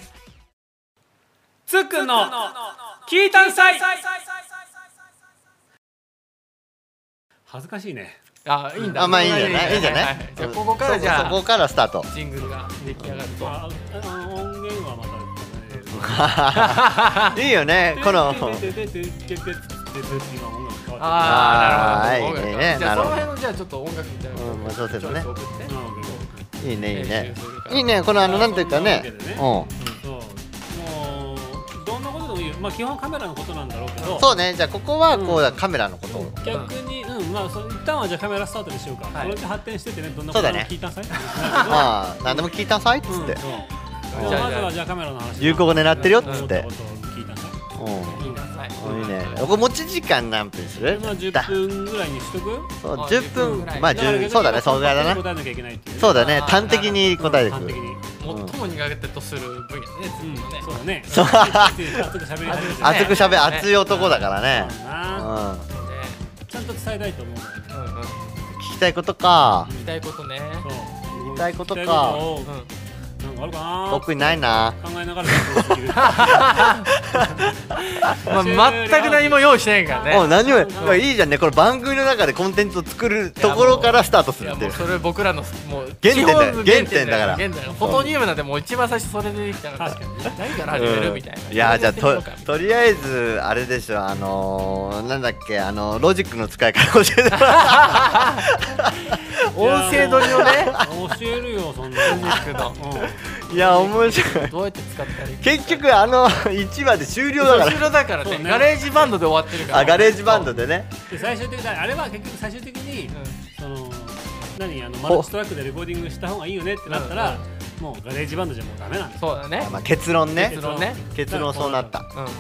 つっくんの聞いたんさい。恥ずかしいね。 あいいんだ。 まあいいんじゃない。いいんじゃない。 じゃあここからじゃあここからスタート。 ジングルが出来上がると。 音源はまた。 いいよねこの。 ああなるほど。 いいね。 じゃあその辺のじゃあちょっと音楽みたいな。 そうですね。いいねいいね。 いいいねこのなんていうかね。 どんなことでもいいよ。まあ基本カメラのことなんだろうけど。 そうね。じゃあここはこうカメラのことを。 逆にまあ一旦はじゃあカメラスタートにしようか。それで発展しててねどんなことでも聞いたんさい。 何でも聞いたんさいっつって。 まずはじゃあカメラの話。 有効狙ってるよっつって。 聞いたんさい。 いいね。ここ持ち時間何分する？ まあ10分ぐらいにしとく？ そう10分。まあ10そうだねそのぐらいだな。そうだね端的に答えてくる。 最も苦手とする分野ね。 そうだね。 熱くしゃべ熱い男だからね。 ちゃんと伝えたいと思う。 聞きたいことか。 聞きたいことね。 聞きたいことか。 なんかあるかな。 特にないな。 考えながら。 まあ全く何も用意してないからね。 何もいいじゃんね。この番組の中でコンテンツを作るところからスタートするっていう。 それ僕らのもう原点だよ。原点だから。 フォトニウムなんてもう一番最初それでできたから。何から始めるみたいな。 いやじゃあとりあえずあれでしょなんだっけロジックの使い方教えて。 音声取りをね。 教えるよそんな。 いや面白い。 どうやって使ったらいい？ 結局1話で終了だから。 終了だからね。ガレージバンドで終わってるから。 ガレージバンドでね。 最終的にあれは結局最終的にマルチトラックでレコーディングした方がいいよねってなったらもうガレージバンドじゃもうダメなんです。 そうだね。 結論ね。 結論そうなった。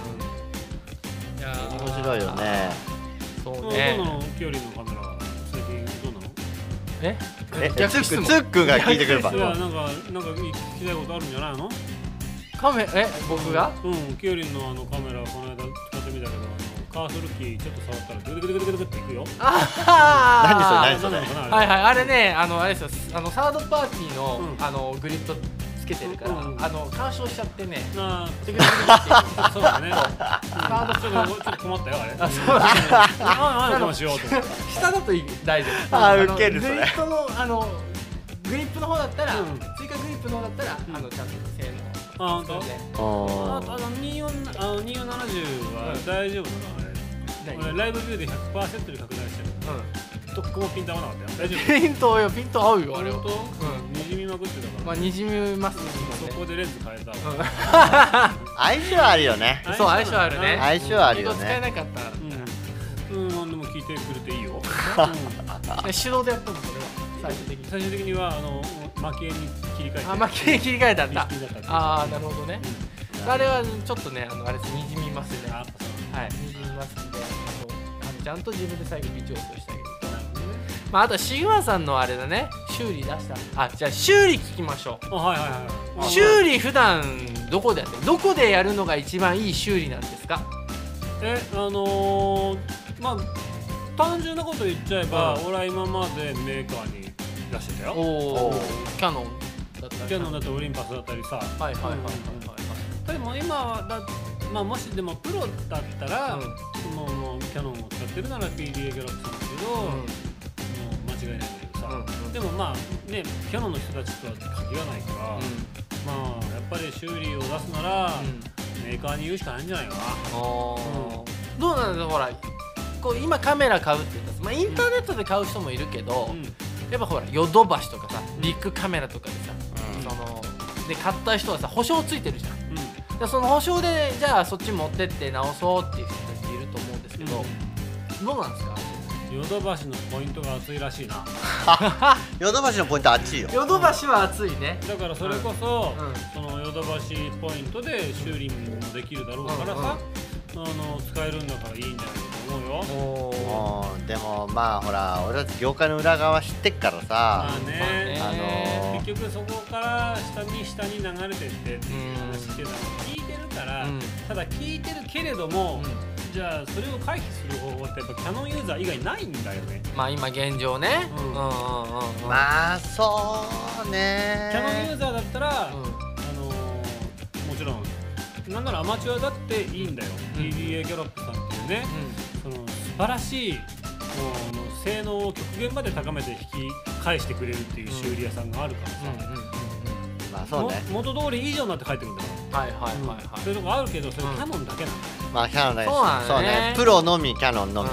面白いよね。 そうね。 どうなのきよりのカメラは最近どうなの？ つっくんが聞いてくれば。 なんか聞きたいことあるんじゃないの？ 僕が？ きよりのカメラこの間使ってみたけどカーソルキーちょっと触ったらグルグルグルグルっていくよ。 何それ。 はいはいあれねあれですよサードパーティーのグリッドつけてるから干渉しちゃってね。 そうだね。ちょっと困ったよあれ。何かもしようと思って。 下だと大丈夫。 ウケるそれ。 グリップの方だったら追加グリップの方だったらちゃんと性能。 本当？2470は大丈夫だな。俺ライブビューで 100% で拡大してる。とっくもピント合わなかったよ。大丈夫？ ピント合うよあれは。 にじみまくってたから。 まあにじみます。 そこでレンズ変えた。 相性あるよね。 そう相性あるね。 相性あるよね。 使えなかったら。 何でも聞いてくれていいよ。 手動でやったのそれは最終的には蒔絵に切り替えて。 蒔絵に切り替えたんだ。ああなるほどね。 あれはちょっとねあれにじみますね。はいにじみますんでちゃんと自分で最後微調整してあげると。まああとシグマさんのあれだね修理出したじゃあ修理聞きましょう。 はいはいはい。 修理普段どこでやってるどこでやるのが一番いい修理なんですか？ まあ単純なこと言っちゃえば、俺は今までメーカーに出してたよ。 キャノンだったりキャノンだったりオリンパスだったりさ。はいはいはいはい。でも今はまあもしでもプロだったら、もうキャノンを使ってるなら PDA ギャラクシーなんだけど、もう間違いないんだけどさ。でもまあねキャノンの人たちとは限らないから、まあやっぱり修理を出すならメーカーに言うしかないんじゃないかな。 どうなんだろうほら。今カメラ買うって言ったら、まあ、インターネットで買う人もいるけど、やっぱほらヨドバシとかさビッグカメラとかでさ、で買った人はさ保証ついてるじゃん、でその保証でじゃあそっち持ってって直そうっていう人たちいると思うんですけど、どうなんですか？ ヨドバシのポイントが熱いらしいな。 ヨドバシのポイント熱いよ。 ヨドバシは熱いね。 だからそれこそ、そのヨドバシポイントで修理もできるだろうからさ、使えるんだからいいんじゃないかと思うよ。 でもまあほら俺たち業界の裏側知ってっからさ、 結局そこから下に流れてってっていう話っていうのは聞いてるから、ただ聞いてるけれども、じゃあそれを回避する方法ってやっぱキャノンユーザー以外ないんだよね。 まあ今現状ね。 まあそうね。 キャノンユーザーだったらもちろんなんならアマチュアだっていいんだよ。PDA ギャラップさんっていうね、その素晴らしい性能を極限まで高めて引き返してくれるっていう修理屋さんがあるからさ、 まあそうね、 元通り以上になって帰ってくるんだから。はいはいはいはい。そういうとこあるけどそれキャノンだけなんだよ。 まあキャノンだけ。 そうね。 プロのみキャノンのみ。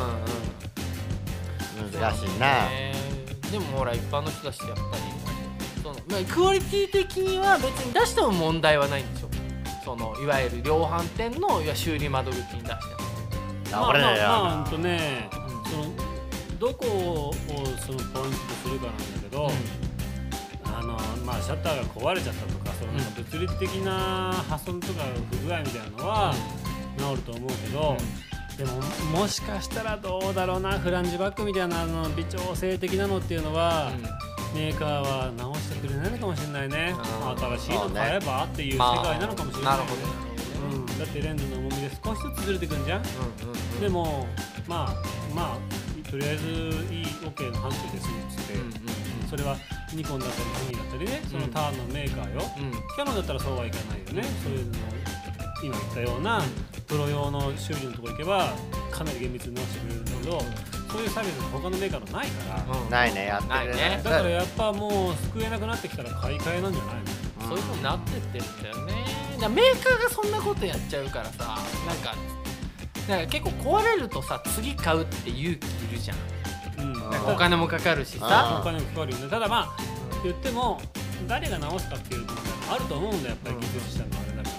難しいな。 でもほら一般の人たちってやっぱりクオリティ的には別に出しても問題はないんでしょ。いわゆる量販店の修理窓口に出しても。どこをそのポイントとするかなんだけど、まあシャッターが壊れちゃったとか、そのなんか物理的な破損とか不具合みたいなのは治ると思うけど、でももしかしたらどうだろうな、フランジバッグみたいな微調整的なのっていうのは、メーカーは直してくれないのかもしれないね。新しいの買えばっていう世界なのかもしれない。だってレンズの重みで少しずつずれてくんじゃん。でもまあとりあえずいい OK の範疇ですっつって、それはニコンだったりソニーだったりね、その他のメーカーよ。キャノンだったらそうはいかないよね。そういうの今言ったようなプロ用の修理のところ行けばかなり厳密に直してくれるんだけど、そういうサービスが他のメーカーのないから。 ないね、やってるね。 だからやっぱもう救えなくなってきたら買い替えなんじゃないの？ そういう風になってってるんだよね。メーカーがそんなことやっちゃうからさ、なんか結構壊れるとさ次買うって勇気いるじゃん。お金もかかるしさ。 お金もかかるよね。ただまあ言っても誰が直すかっていうのがあると思うんだよ、やっぱり技術者のあれだから。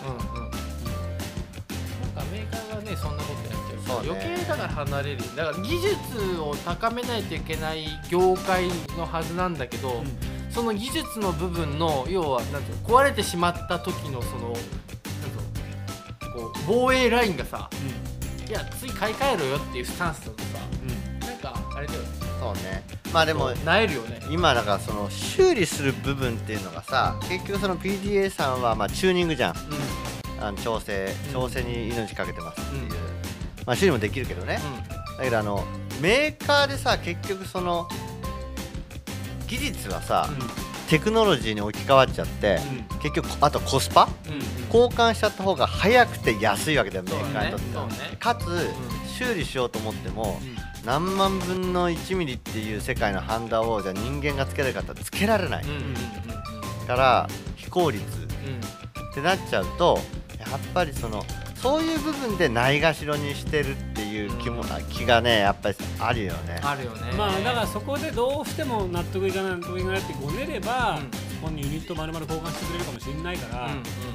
メーカーがねそんなことやっちゃう、余計だから離れる。だから技術を高めないといけない業界のはずなんだけど、その技術の部分の要はなんていうの、壊れてしまった時のそのなんていうのこう防衛ラインがさ、いや次買い替えろよっていうスタンスだとさ、なんかあれだよね。 そうね。まあでもなえるよね。 今だからその修理する部分っていうのがさ、結局その PDA さんはまあチューニングじゃん。調整に命かけてますっていう、まあ修理もできるけどね、だけどメーカーでさ結局その技術はさ、テクノロジーに置き換わっちゃって、結局あとコスパ、交換しちゃった方が早くて安いわけだよ、メーカーにとっては。かつ修理しようと思っても、何万分の1ミリっていう世界のハンダをじゃあ人間がつけられるかったらつけられないから非効率ってなっちゃうと、やっぱりそういう部分でないがしろにしてるっていう気がね、やっぱりあるよね。 あるよね。 まあだからそこでどうしても納得いかないってごねれば、そこにユニット丸々交換してくれるかもしれないから、ま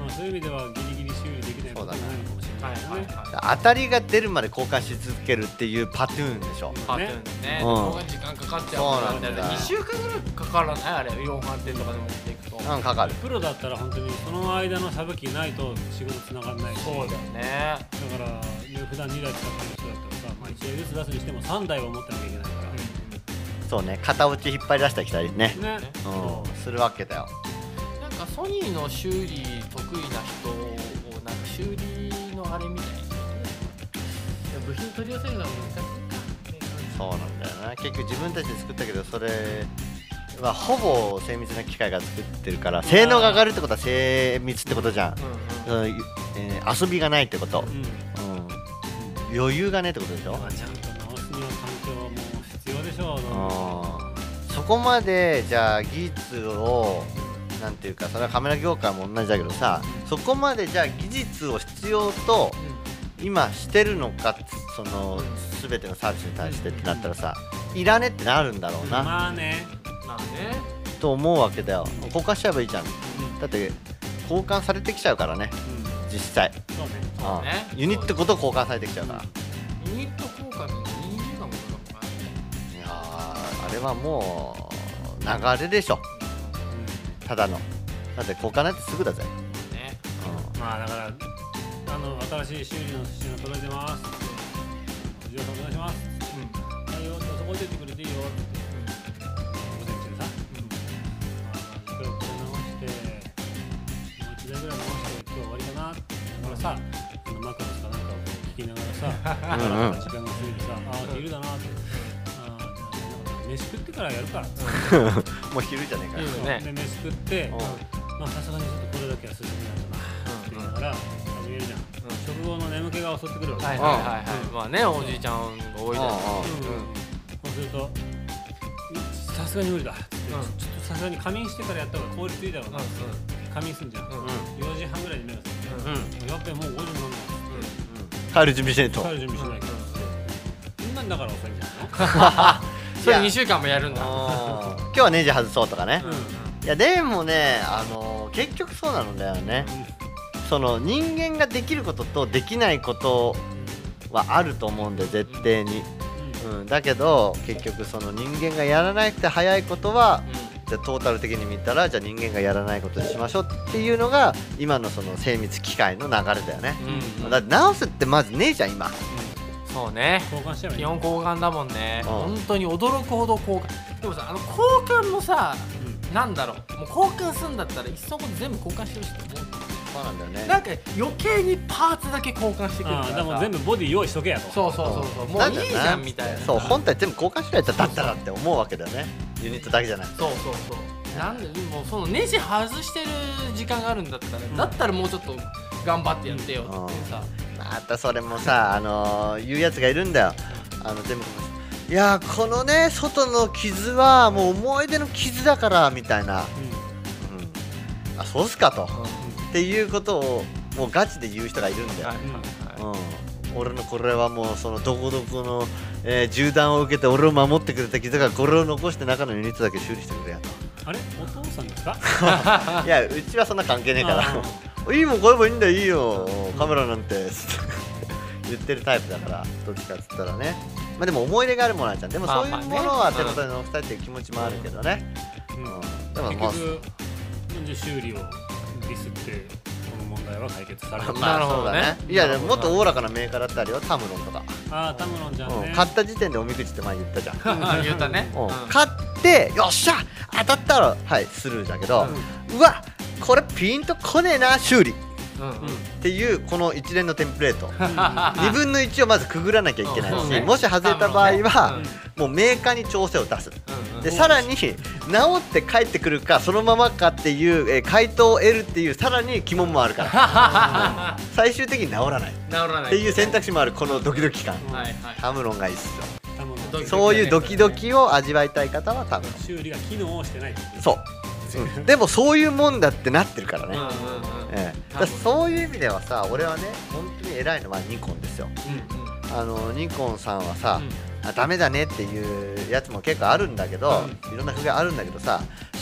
そういう意味ではギリギリ修理できないことはないのかもしれないですね。 当たりが出るまで交換し続けるっていうパトゥーンでしょ。 パトゥーンね。時間かかっちゃうからね。2週間ぐらいかからないあれ量販店とかで持っていくと。 かかる。 プロだったら本当にその間のさばきないと仕事つながんないし。 そうだよね。 だから普段2台使ってる人だったらさ、まあ1台ずつ出すにしても3台は持ってなきゃいけないから。 そうね、片落ち引っ張り出してきたりね。するわけだよ。 なんかソニーの修理得意な人をなんか修理のあれみたいな部品取り寄せるのは難しいか。 そうなんだよな。結局自分たちで作ったけどそれはほぼ精密な機械が作ってるから性能が上がるってことは精密ってことじゃん。遊びがないってこと、余裕がねってことでしょ。 ちゃんと直すには環境も必要でしょう。 そこまでじゃあ技術をなんていうかそれはカメラ業界も同じだけどさ、そこまでじゃあ技術を必要と今してるのか、その全てのサービスに対してってなったらさ、いらねってなるんだろうな。 まあねと思うわけだよ。交換しちゃえばいいじゃん。だって交換されてきちゃうからね、実際。 そうね。 ユニットごと交換されてきちゃうから。 ユニット交換で2時間もかかるのかな。 いやあれはもう流れでしょ。ただのだって交換なんてすぐだぜ。 ね。まあだから新しい修理の品届いてます。お嬢さんお願いします。はいよ、そこ置いてってくれていいよ。午前中さ。これ直してもう1台ぐらい直して今日終わりかなってだからさ、マクロスかなんかを聞きながらさ、時間が過ぎてさ、昼だなって。飯食ってからやるか。 もう昼じゃねえかよ。 で飯食って、まあさすがにちょっとこれだけは進めないとなって言いながら食べるじゃん。食後の眠気が襲ってくるわけ。 まあね、おじいちゃんが多いだろう。 そうするとさすがに無理だって、ちょっとさすがに仮眠してからやった方が効率いいだろうなって仮眠すんじゃん。4時半ぐらいに目が覚めて、やっぱりもう5時になるの。 帰る準備しないと。 帰る準備しないと。そんなんだから遅いんじゃん。 それ2週間もやるんだ。 今日はネジ外そうとかね。いやでもね、結局そうなんだよね。その人間ができることとできないことはあると思うんで絶対に。だけど結局その人間がやらなくて早いことは、じゃあトータル的に見たらじゃあ人間がやらないことにしましょうっていうのが今のその精密機械の流れだよね。だって直すってまずねえじゃん今。 そうね、基本交換だもんね。本当に驚くほど交換。でもさ、交換もさ、なんだろう、もう交換するんだったらいっそこで全部交換してるしと思う。 そうなんだよね。 なんか余計にパーツだけ交換してくるからさ。 でも全部ボディ用意しとけやと。 そうもういいじゃんみたいな。 そう、本体全部交換しろやったったらって思うわけだよね。ユニットだけじゃない。 そうなんでもうそのネジ外してる時間があるんだったら、だったらもうちょっと頑張ってやってよってさ。 またそれもさ、言うやつがいるんだよ。全部いやこのね外の傷はもう思い出の傷だからみたいな、あそうっすかと、っていうことをもうガチで言う人がいるんだよ。俺のこれはもうそのどこどこの、銃弾を受けて俺を守ってくれた傷がこれを残して中のユニットだけ修理してくれやと。 あれお父さんですか？ いやうちはそんな関係ねえからいいもん買えばいいんだよいいよカメラなんて言ってるタイプだからどっちかっつったらね。まあでも思い出があるものなんじゃん。でもそういうものは手元に乗せたいっていう気持ちもあるけどね。 でもまあなんで修理をディスってこの問題は解決される。 まあそうだね。いやでももっとおおらかなメーカーだってあるよ。タムロンとか。 タムロンじゃんね。 買った時点でおみくじって前言ったじゃん。 言ったね。 買ってよっしゃ当たったらはいスルーだけど、うわこれピンとこねえな修理っていうこの一連のテンプレート2分の1をまずくぐらなきゃいけないし、もし外れた場合はもうメーカーに調整を出す。でさらに治って帰ってくるかそのままかっていう回答を得るっていうさらに疑問もあるから最終的に治らないっていう選択肢もある。このドキドキ感、タムロンがいいっすよ。そういうドキドキを味わいたい方はタムロン。 修理が機能してない。 そうでもそういうもんだってなってるからね。だそういう意味ではさ、俺はね本当に偉いのはニコンですよ。ニコンさんはさ、ダメだねっていうやつも結構あるんだけど、いろんな不具合あるんだけどさ、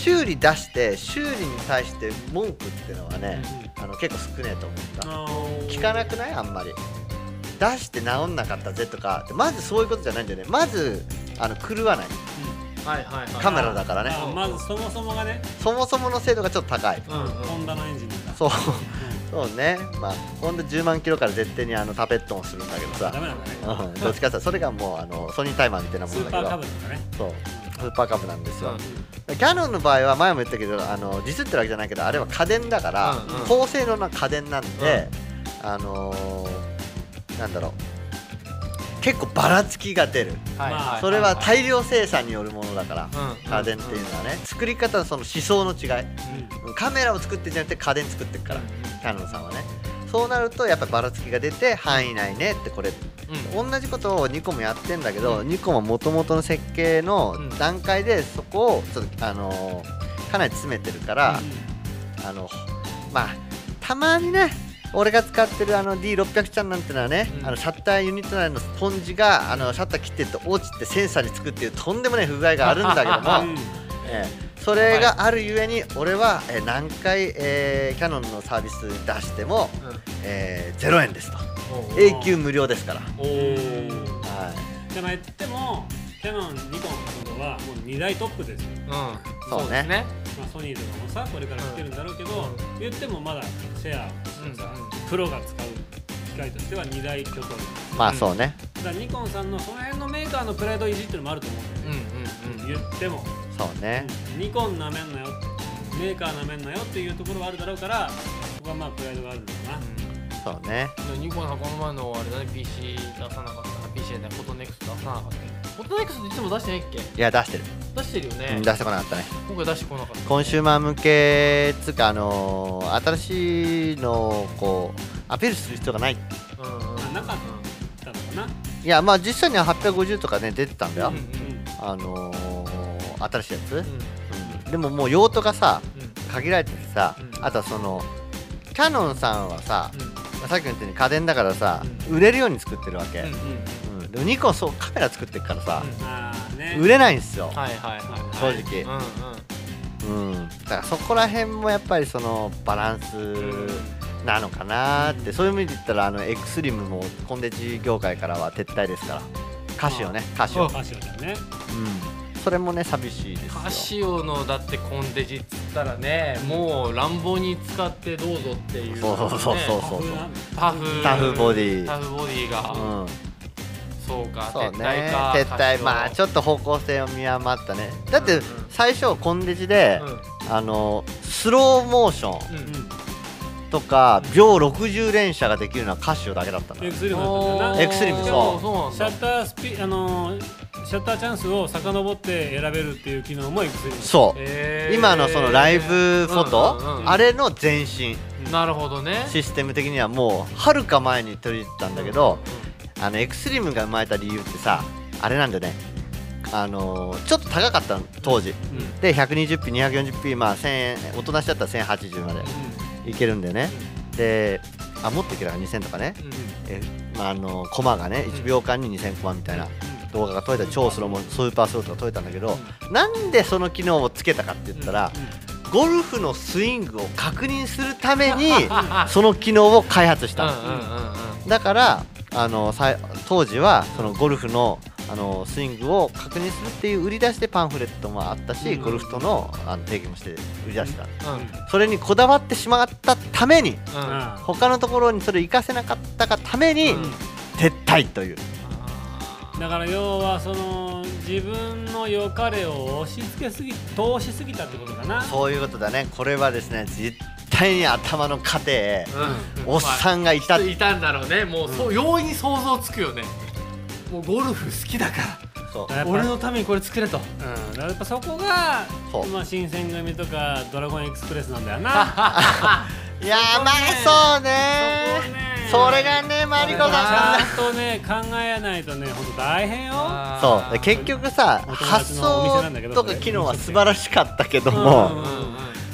修理出して修理に対して文句っていうのはね、結構少ねえと思った。聞かなくない？あんまり出して治んなかったぜとか、まずそういうことじゃないんだよね。まず狂わない、カメラだからね。 まずそもそもがね、 そもそもの精度がちょっと高い。 ホンダのエンジンだ。 そうそうね。まあホンダ10万キロから絶対にタペットンをするんだけどさ、 ダメなんだね。 どっちかってそれがもうソニータイマーみたいなもんだけど、 スーパーカブなんだね。 そうスーパーカブなんですよ。キヤノンの場合は前も言ったけどディスってるわけじゃないけど、あれは家電だから、高性能な家電なんで、なんだろう、結構ばらつきが出る。それは大量生産によるものだから、家電っていうのはね、作り方のその思想の違い、カメラを作ってんじゃなくて家電作ってるから、キヤノンさんはね。そうなるとやっぱりばらつきが出て範囲内ねって、これ、同じことをニコもやってんだけど、ニコももともとの設計の段階でそこをちょっとかなり詰めてるから、まあたまにね、俺が使ってるD600 ちゃんなんてのはね、シャッターユニット内のスポンジがシャッター切ってると落ちてセンサーにつくっていうとんでもない不具合があるんだけども、それがあるゆえに俺は何回キヤノンのサービス出しても0円ですと、永久無料ですから。 じゃあ言ってもキヤノン、ニコンはもう2大トップですよ。 そうね。 ソニーとかもさこれから来てるんだろうけど、言ってもまだシェアプロが使う機械としては2大巨頭。 まあそうね。 だからニコンさんのその辺のメーカーのプライド維持っていうのもあると思うんだよね。言ってもそうね。 ニコンなめんなよ、メーカーなめんなよっていうところはあるだろうから、ここはまあプライドがあるんだろうな。 そうね。 ニコンさんこの前のあれだね、 PC 出さなかった。 PC じゃない、フォトネクスト出さなかった。フォトネクストいつも出してないっけ？ いや出してる。 出してるよね。 出してこなかったね。 今回出してこなかった、 コンシューマー向けつうか新しいのをこうアピールする必要がない。 なかったのかな。 いやまあ実際には850とかね出てたんだよ。新しいやつ。でももう用途がさ限られててさ、あとはそのキヤノンさんはさ、さっき言ったように家電だからさ、売れるように作ってるわけ。でもニコンそうカメラ作ってるからさ、売れないんですよ、正直。だからそこら辺もやっぱりそのバランスなのかなって。そういう意味で言ったらエクスリムもコンデジ業界からは撤退ですから。カシオね、カシオだね。それもね寂しいですよ。 カシオのだってコンデジっつったらね、もう乱暴に使ってどうぞっていう、 そうタフボディが、そうか、 撤退か。撤退、まあちょっと方向性を見誤ったね。だって最初コンデジでスローモーションとか秒60連射ができるのはカシオだけだったの。エクスリムそう。 シャッターシャッターチャンスを遡って選べるっていう機能もエクスリム。 そう。今のそのライブフォト、あれの前身。 なるほどね。 システム的にはもうはるか前に取り入れたんだけど、エクスリムが生まれた理由ってさ、あれなんだよね。ちょっと高かったの当時。で 120p 240p、まあ1000円、おとなしだったら1080までいけるんだよね。でもっといけるから2000とかね。コマがね1秒間に2000コマみたいな動画が撮れた、超スローもスーパースローとか撮れたんだけど、なんでその機能をつけたかって言ったら、ゴルフのスイングを確認するためにその機能を開発したの。だから当時はそのゴルフのスイングを確認するっていう売り出しでパンフレットもあったし、ゴルフとの提携もして売り出した。それにこだわってしまったために、他のところにそれを活かせなかったがために撤退という。 だから要はその自分の良かれを押し付けすぎ、通しすぎたってことかな。 そういうことだね。これはですね、絶対に頭の家庭、おっさんがいたんだろうね。もうそう容易に想像つくよね。もうゴルフ好きだから俺のためにこれ作れと。 だからやっぱそこが新選組とかドラゴンエクスプレスなんだよな。 いやまあそうね。それがね、マリコさんちゃんとね考えないとね、本当大変よ。 そう結局さ、発想とか機能は素晴らしかったけども、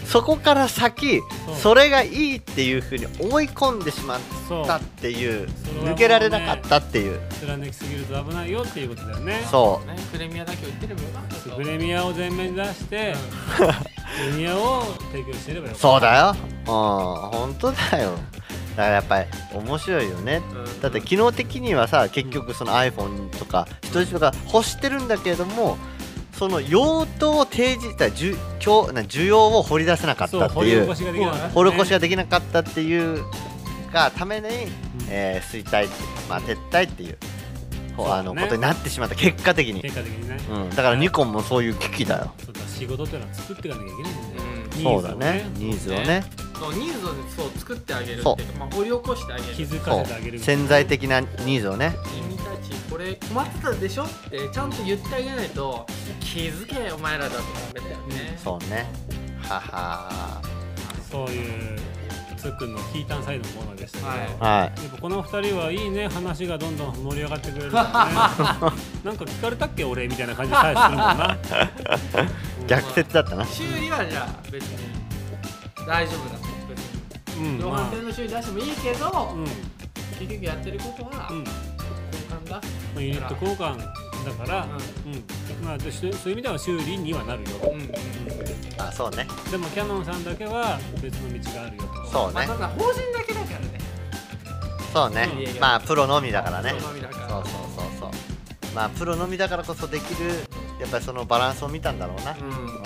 そこから先それがいいっていうふうに思い込んでしまったっていう、抜けられなかったっていう、 貫きすぎると危ないよっていうことだよね。 そうね、プレミアだけ売ってればよかったと。 プレミアを前面に出して、プレミアを提供してればよかった。 そうだよ、本当だよ。だからやっぱり面白いよね、だって機能的にはさ、結局その iPhone とか人々が欲してるんだけれども、その用途を提示した需要を掘り出せなかったっていう、掘り起こしができなかったっていうがために、衰退、撤退っていうことになってしまった、結果的にね、だからニコンもそういう危機だよ。 そうだ、仕事っていうのは作っていかなきゃいけないんだよ、 そうだね、ニーズをね、 ニーズをそう作ってあげるっていうか、掘り起こしてあげる、 気づかせてあげる、 潜在的なニーズをね、 君たちこれ困ってたでしょってちゃんと言ってあげないと、気づけお前らだとダメだよね。 そうね、はは、 そういうつっくんのキータンサイドのコーナーでしたけど、 はい、 やっぱこの2人はいいね、話がどんどん盛り上がってくれるからねなんか聞かれたっけ俺みたいな感じさえするもんな逆説だったな。 修理はじゃあ別に大丈夫だと、別に量販店の修理出してもいいけど、結局やってることは交換だ、 ユニット交換だから、そういう意味では修理にはなるよ、 あ、そうね。 でもキヤノンさんだけは別の道があるよと。 そうね、 ただ法人だけだからね。 そうね、プロのみだからね。 プロのみだから、 そうプロのみだからこそできる、やっぱりそのバランスを見たんだろうな。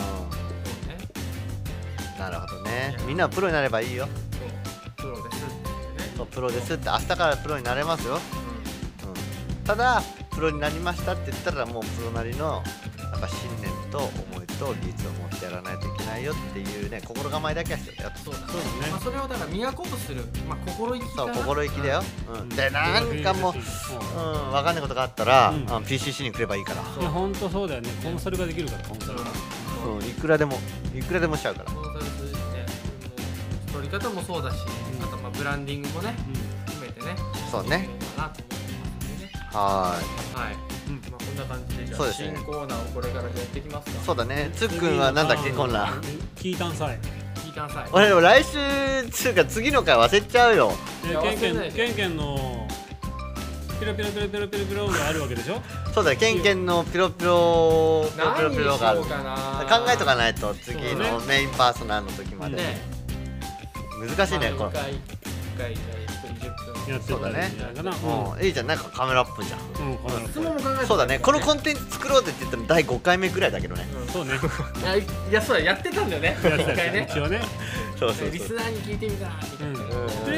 なるほどね。みんなはプロになればいいよ。 プロですってね。 そう、プロですって、明日からプロになれますよ。ただプロになりましたって言ったら、もうプロなりのやっぱ信念と思いと技術を持ってやらないといけないよっていうね、心構えだけはしてるよ。 そうだね。それをだから磨こうとする、心意気だな。 そう、心意気だよ。で、なんかもう分かんないことがあったら PCC に来ればいいから。 いや、本当そうだよね。コンサルができるから、コンサルがいくらでもしちゃうから。 コンサル通じて取り方もそうだし、あとブランディングもね含めてね、 そうね。はい。 こんな感じで、じゃあ新コーナーをこれからやっていきますか。 そうだね。つっくんはなんだっけ、こんなキータンサイ。 俺でも来週つうか次の回忘れちゃうよ。 ケンケンのピロピロピロピロピロピロがあるわけでしょ。 そうだね、ケンケンのピロピロピロピロがある。考えとかないと、次のメインパーソナルの時まで難しいね。これそうだね。いいじゃん、なんかカメラアップじゃん。そうだね、このコンテンツ作ろうって言ったの第5回目ぐらいだけどね。 そうね。 いや、そうだ、やってたんだよね、一回ね。 一応ね。 リスナーに聞いてみたみたい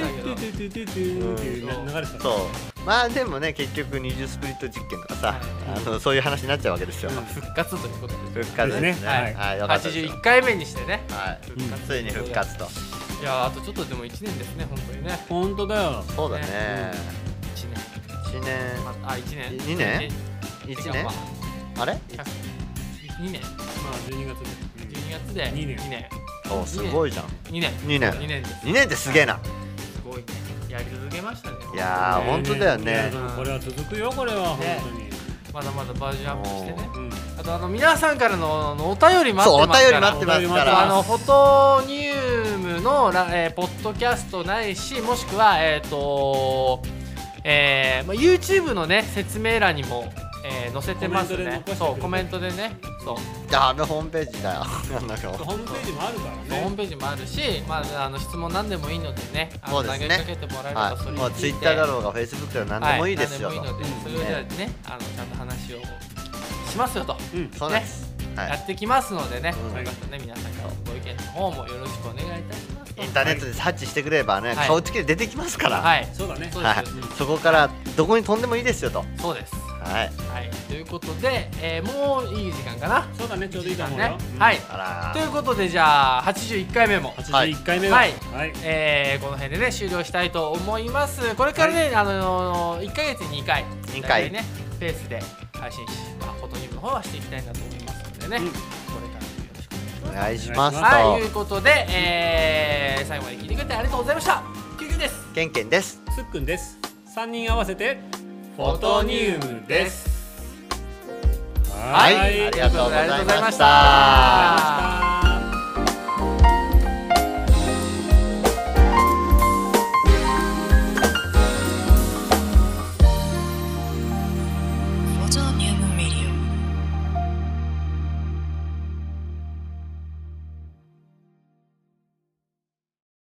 な。 そう。まあでもね、結局20スプリット実験とかさ、そういう話になっちゃうわけですよ。 復活ということで。 復活ですね。 はい。81回目にしてね。 はい。ついに復活と。 いや、あとちょっとでも1年ですね、本当にね。 本当だよ。 そうだね。 1年。 1年。2年？1年？あれ ？2年。 まあ12月で2年。 お、すごいじゃん。 2年です。 2年ってすげえな。 すごいね。やり続けましたね。 いやー、本当だよね。 これは続くよ、これは本当に。 まだまだバージョンアップしてね。あと皆さんからのお便り待ってますから。そう、 お便り待ってますから。 フォトニウムのポッドキャストないし、もしくはYouTube のね説明欄にも載せてますね。そう、コメントでね。そう。 じゃあホームページだよ。 ホームページもあるからね。 ホームページもあるし、質問何でもいいのでね、投げかけてもらえればそれについて。 もう Twitter だろうが Facebook だろうが何でもいいですよ。 何でもいいので、それをじゃあね、ちゃんと話をしますよと。 そうです。 やってきますのでね、そういう方ね、皆さんからご意見の方もよろしくお願いいたします。 インターネットでサーチしてくればね、顔つきで出てきますから。 はい、 そうだね。 そこからどこに飛んでもいいですよと。 そうです。 はい。 ということで、もういい時間かな。 そうだね、ちょうどいいと思うよ。 はい。ということで、じゃあ81回目も 81回目はこの辺でね終了したいと思います。これからね、1ヶ月に2回ねペースで配信し、フォトニウムの方はしていきたいなと思いますのでね、これからよろしくお願いします。 ということで、最後まで聞いてくれてありがとうございました。キュウキュウです。 ケンケンです。 つっくんです。3人合わせてフォトニウムです。 はい、ありがとうございました。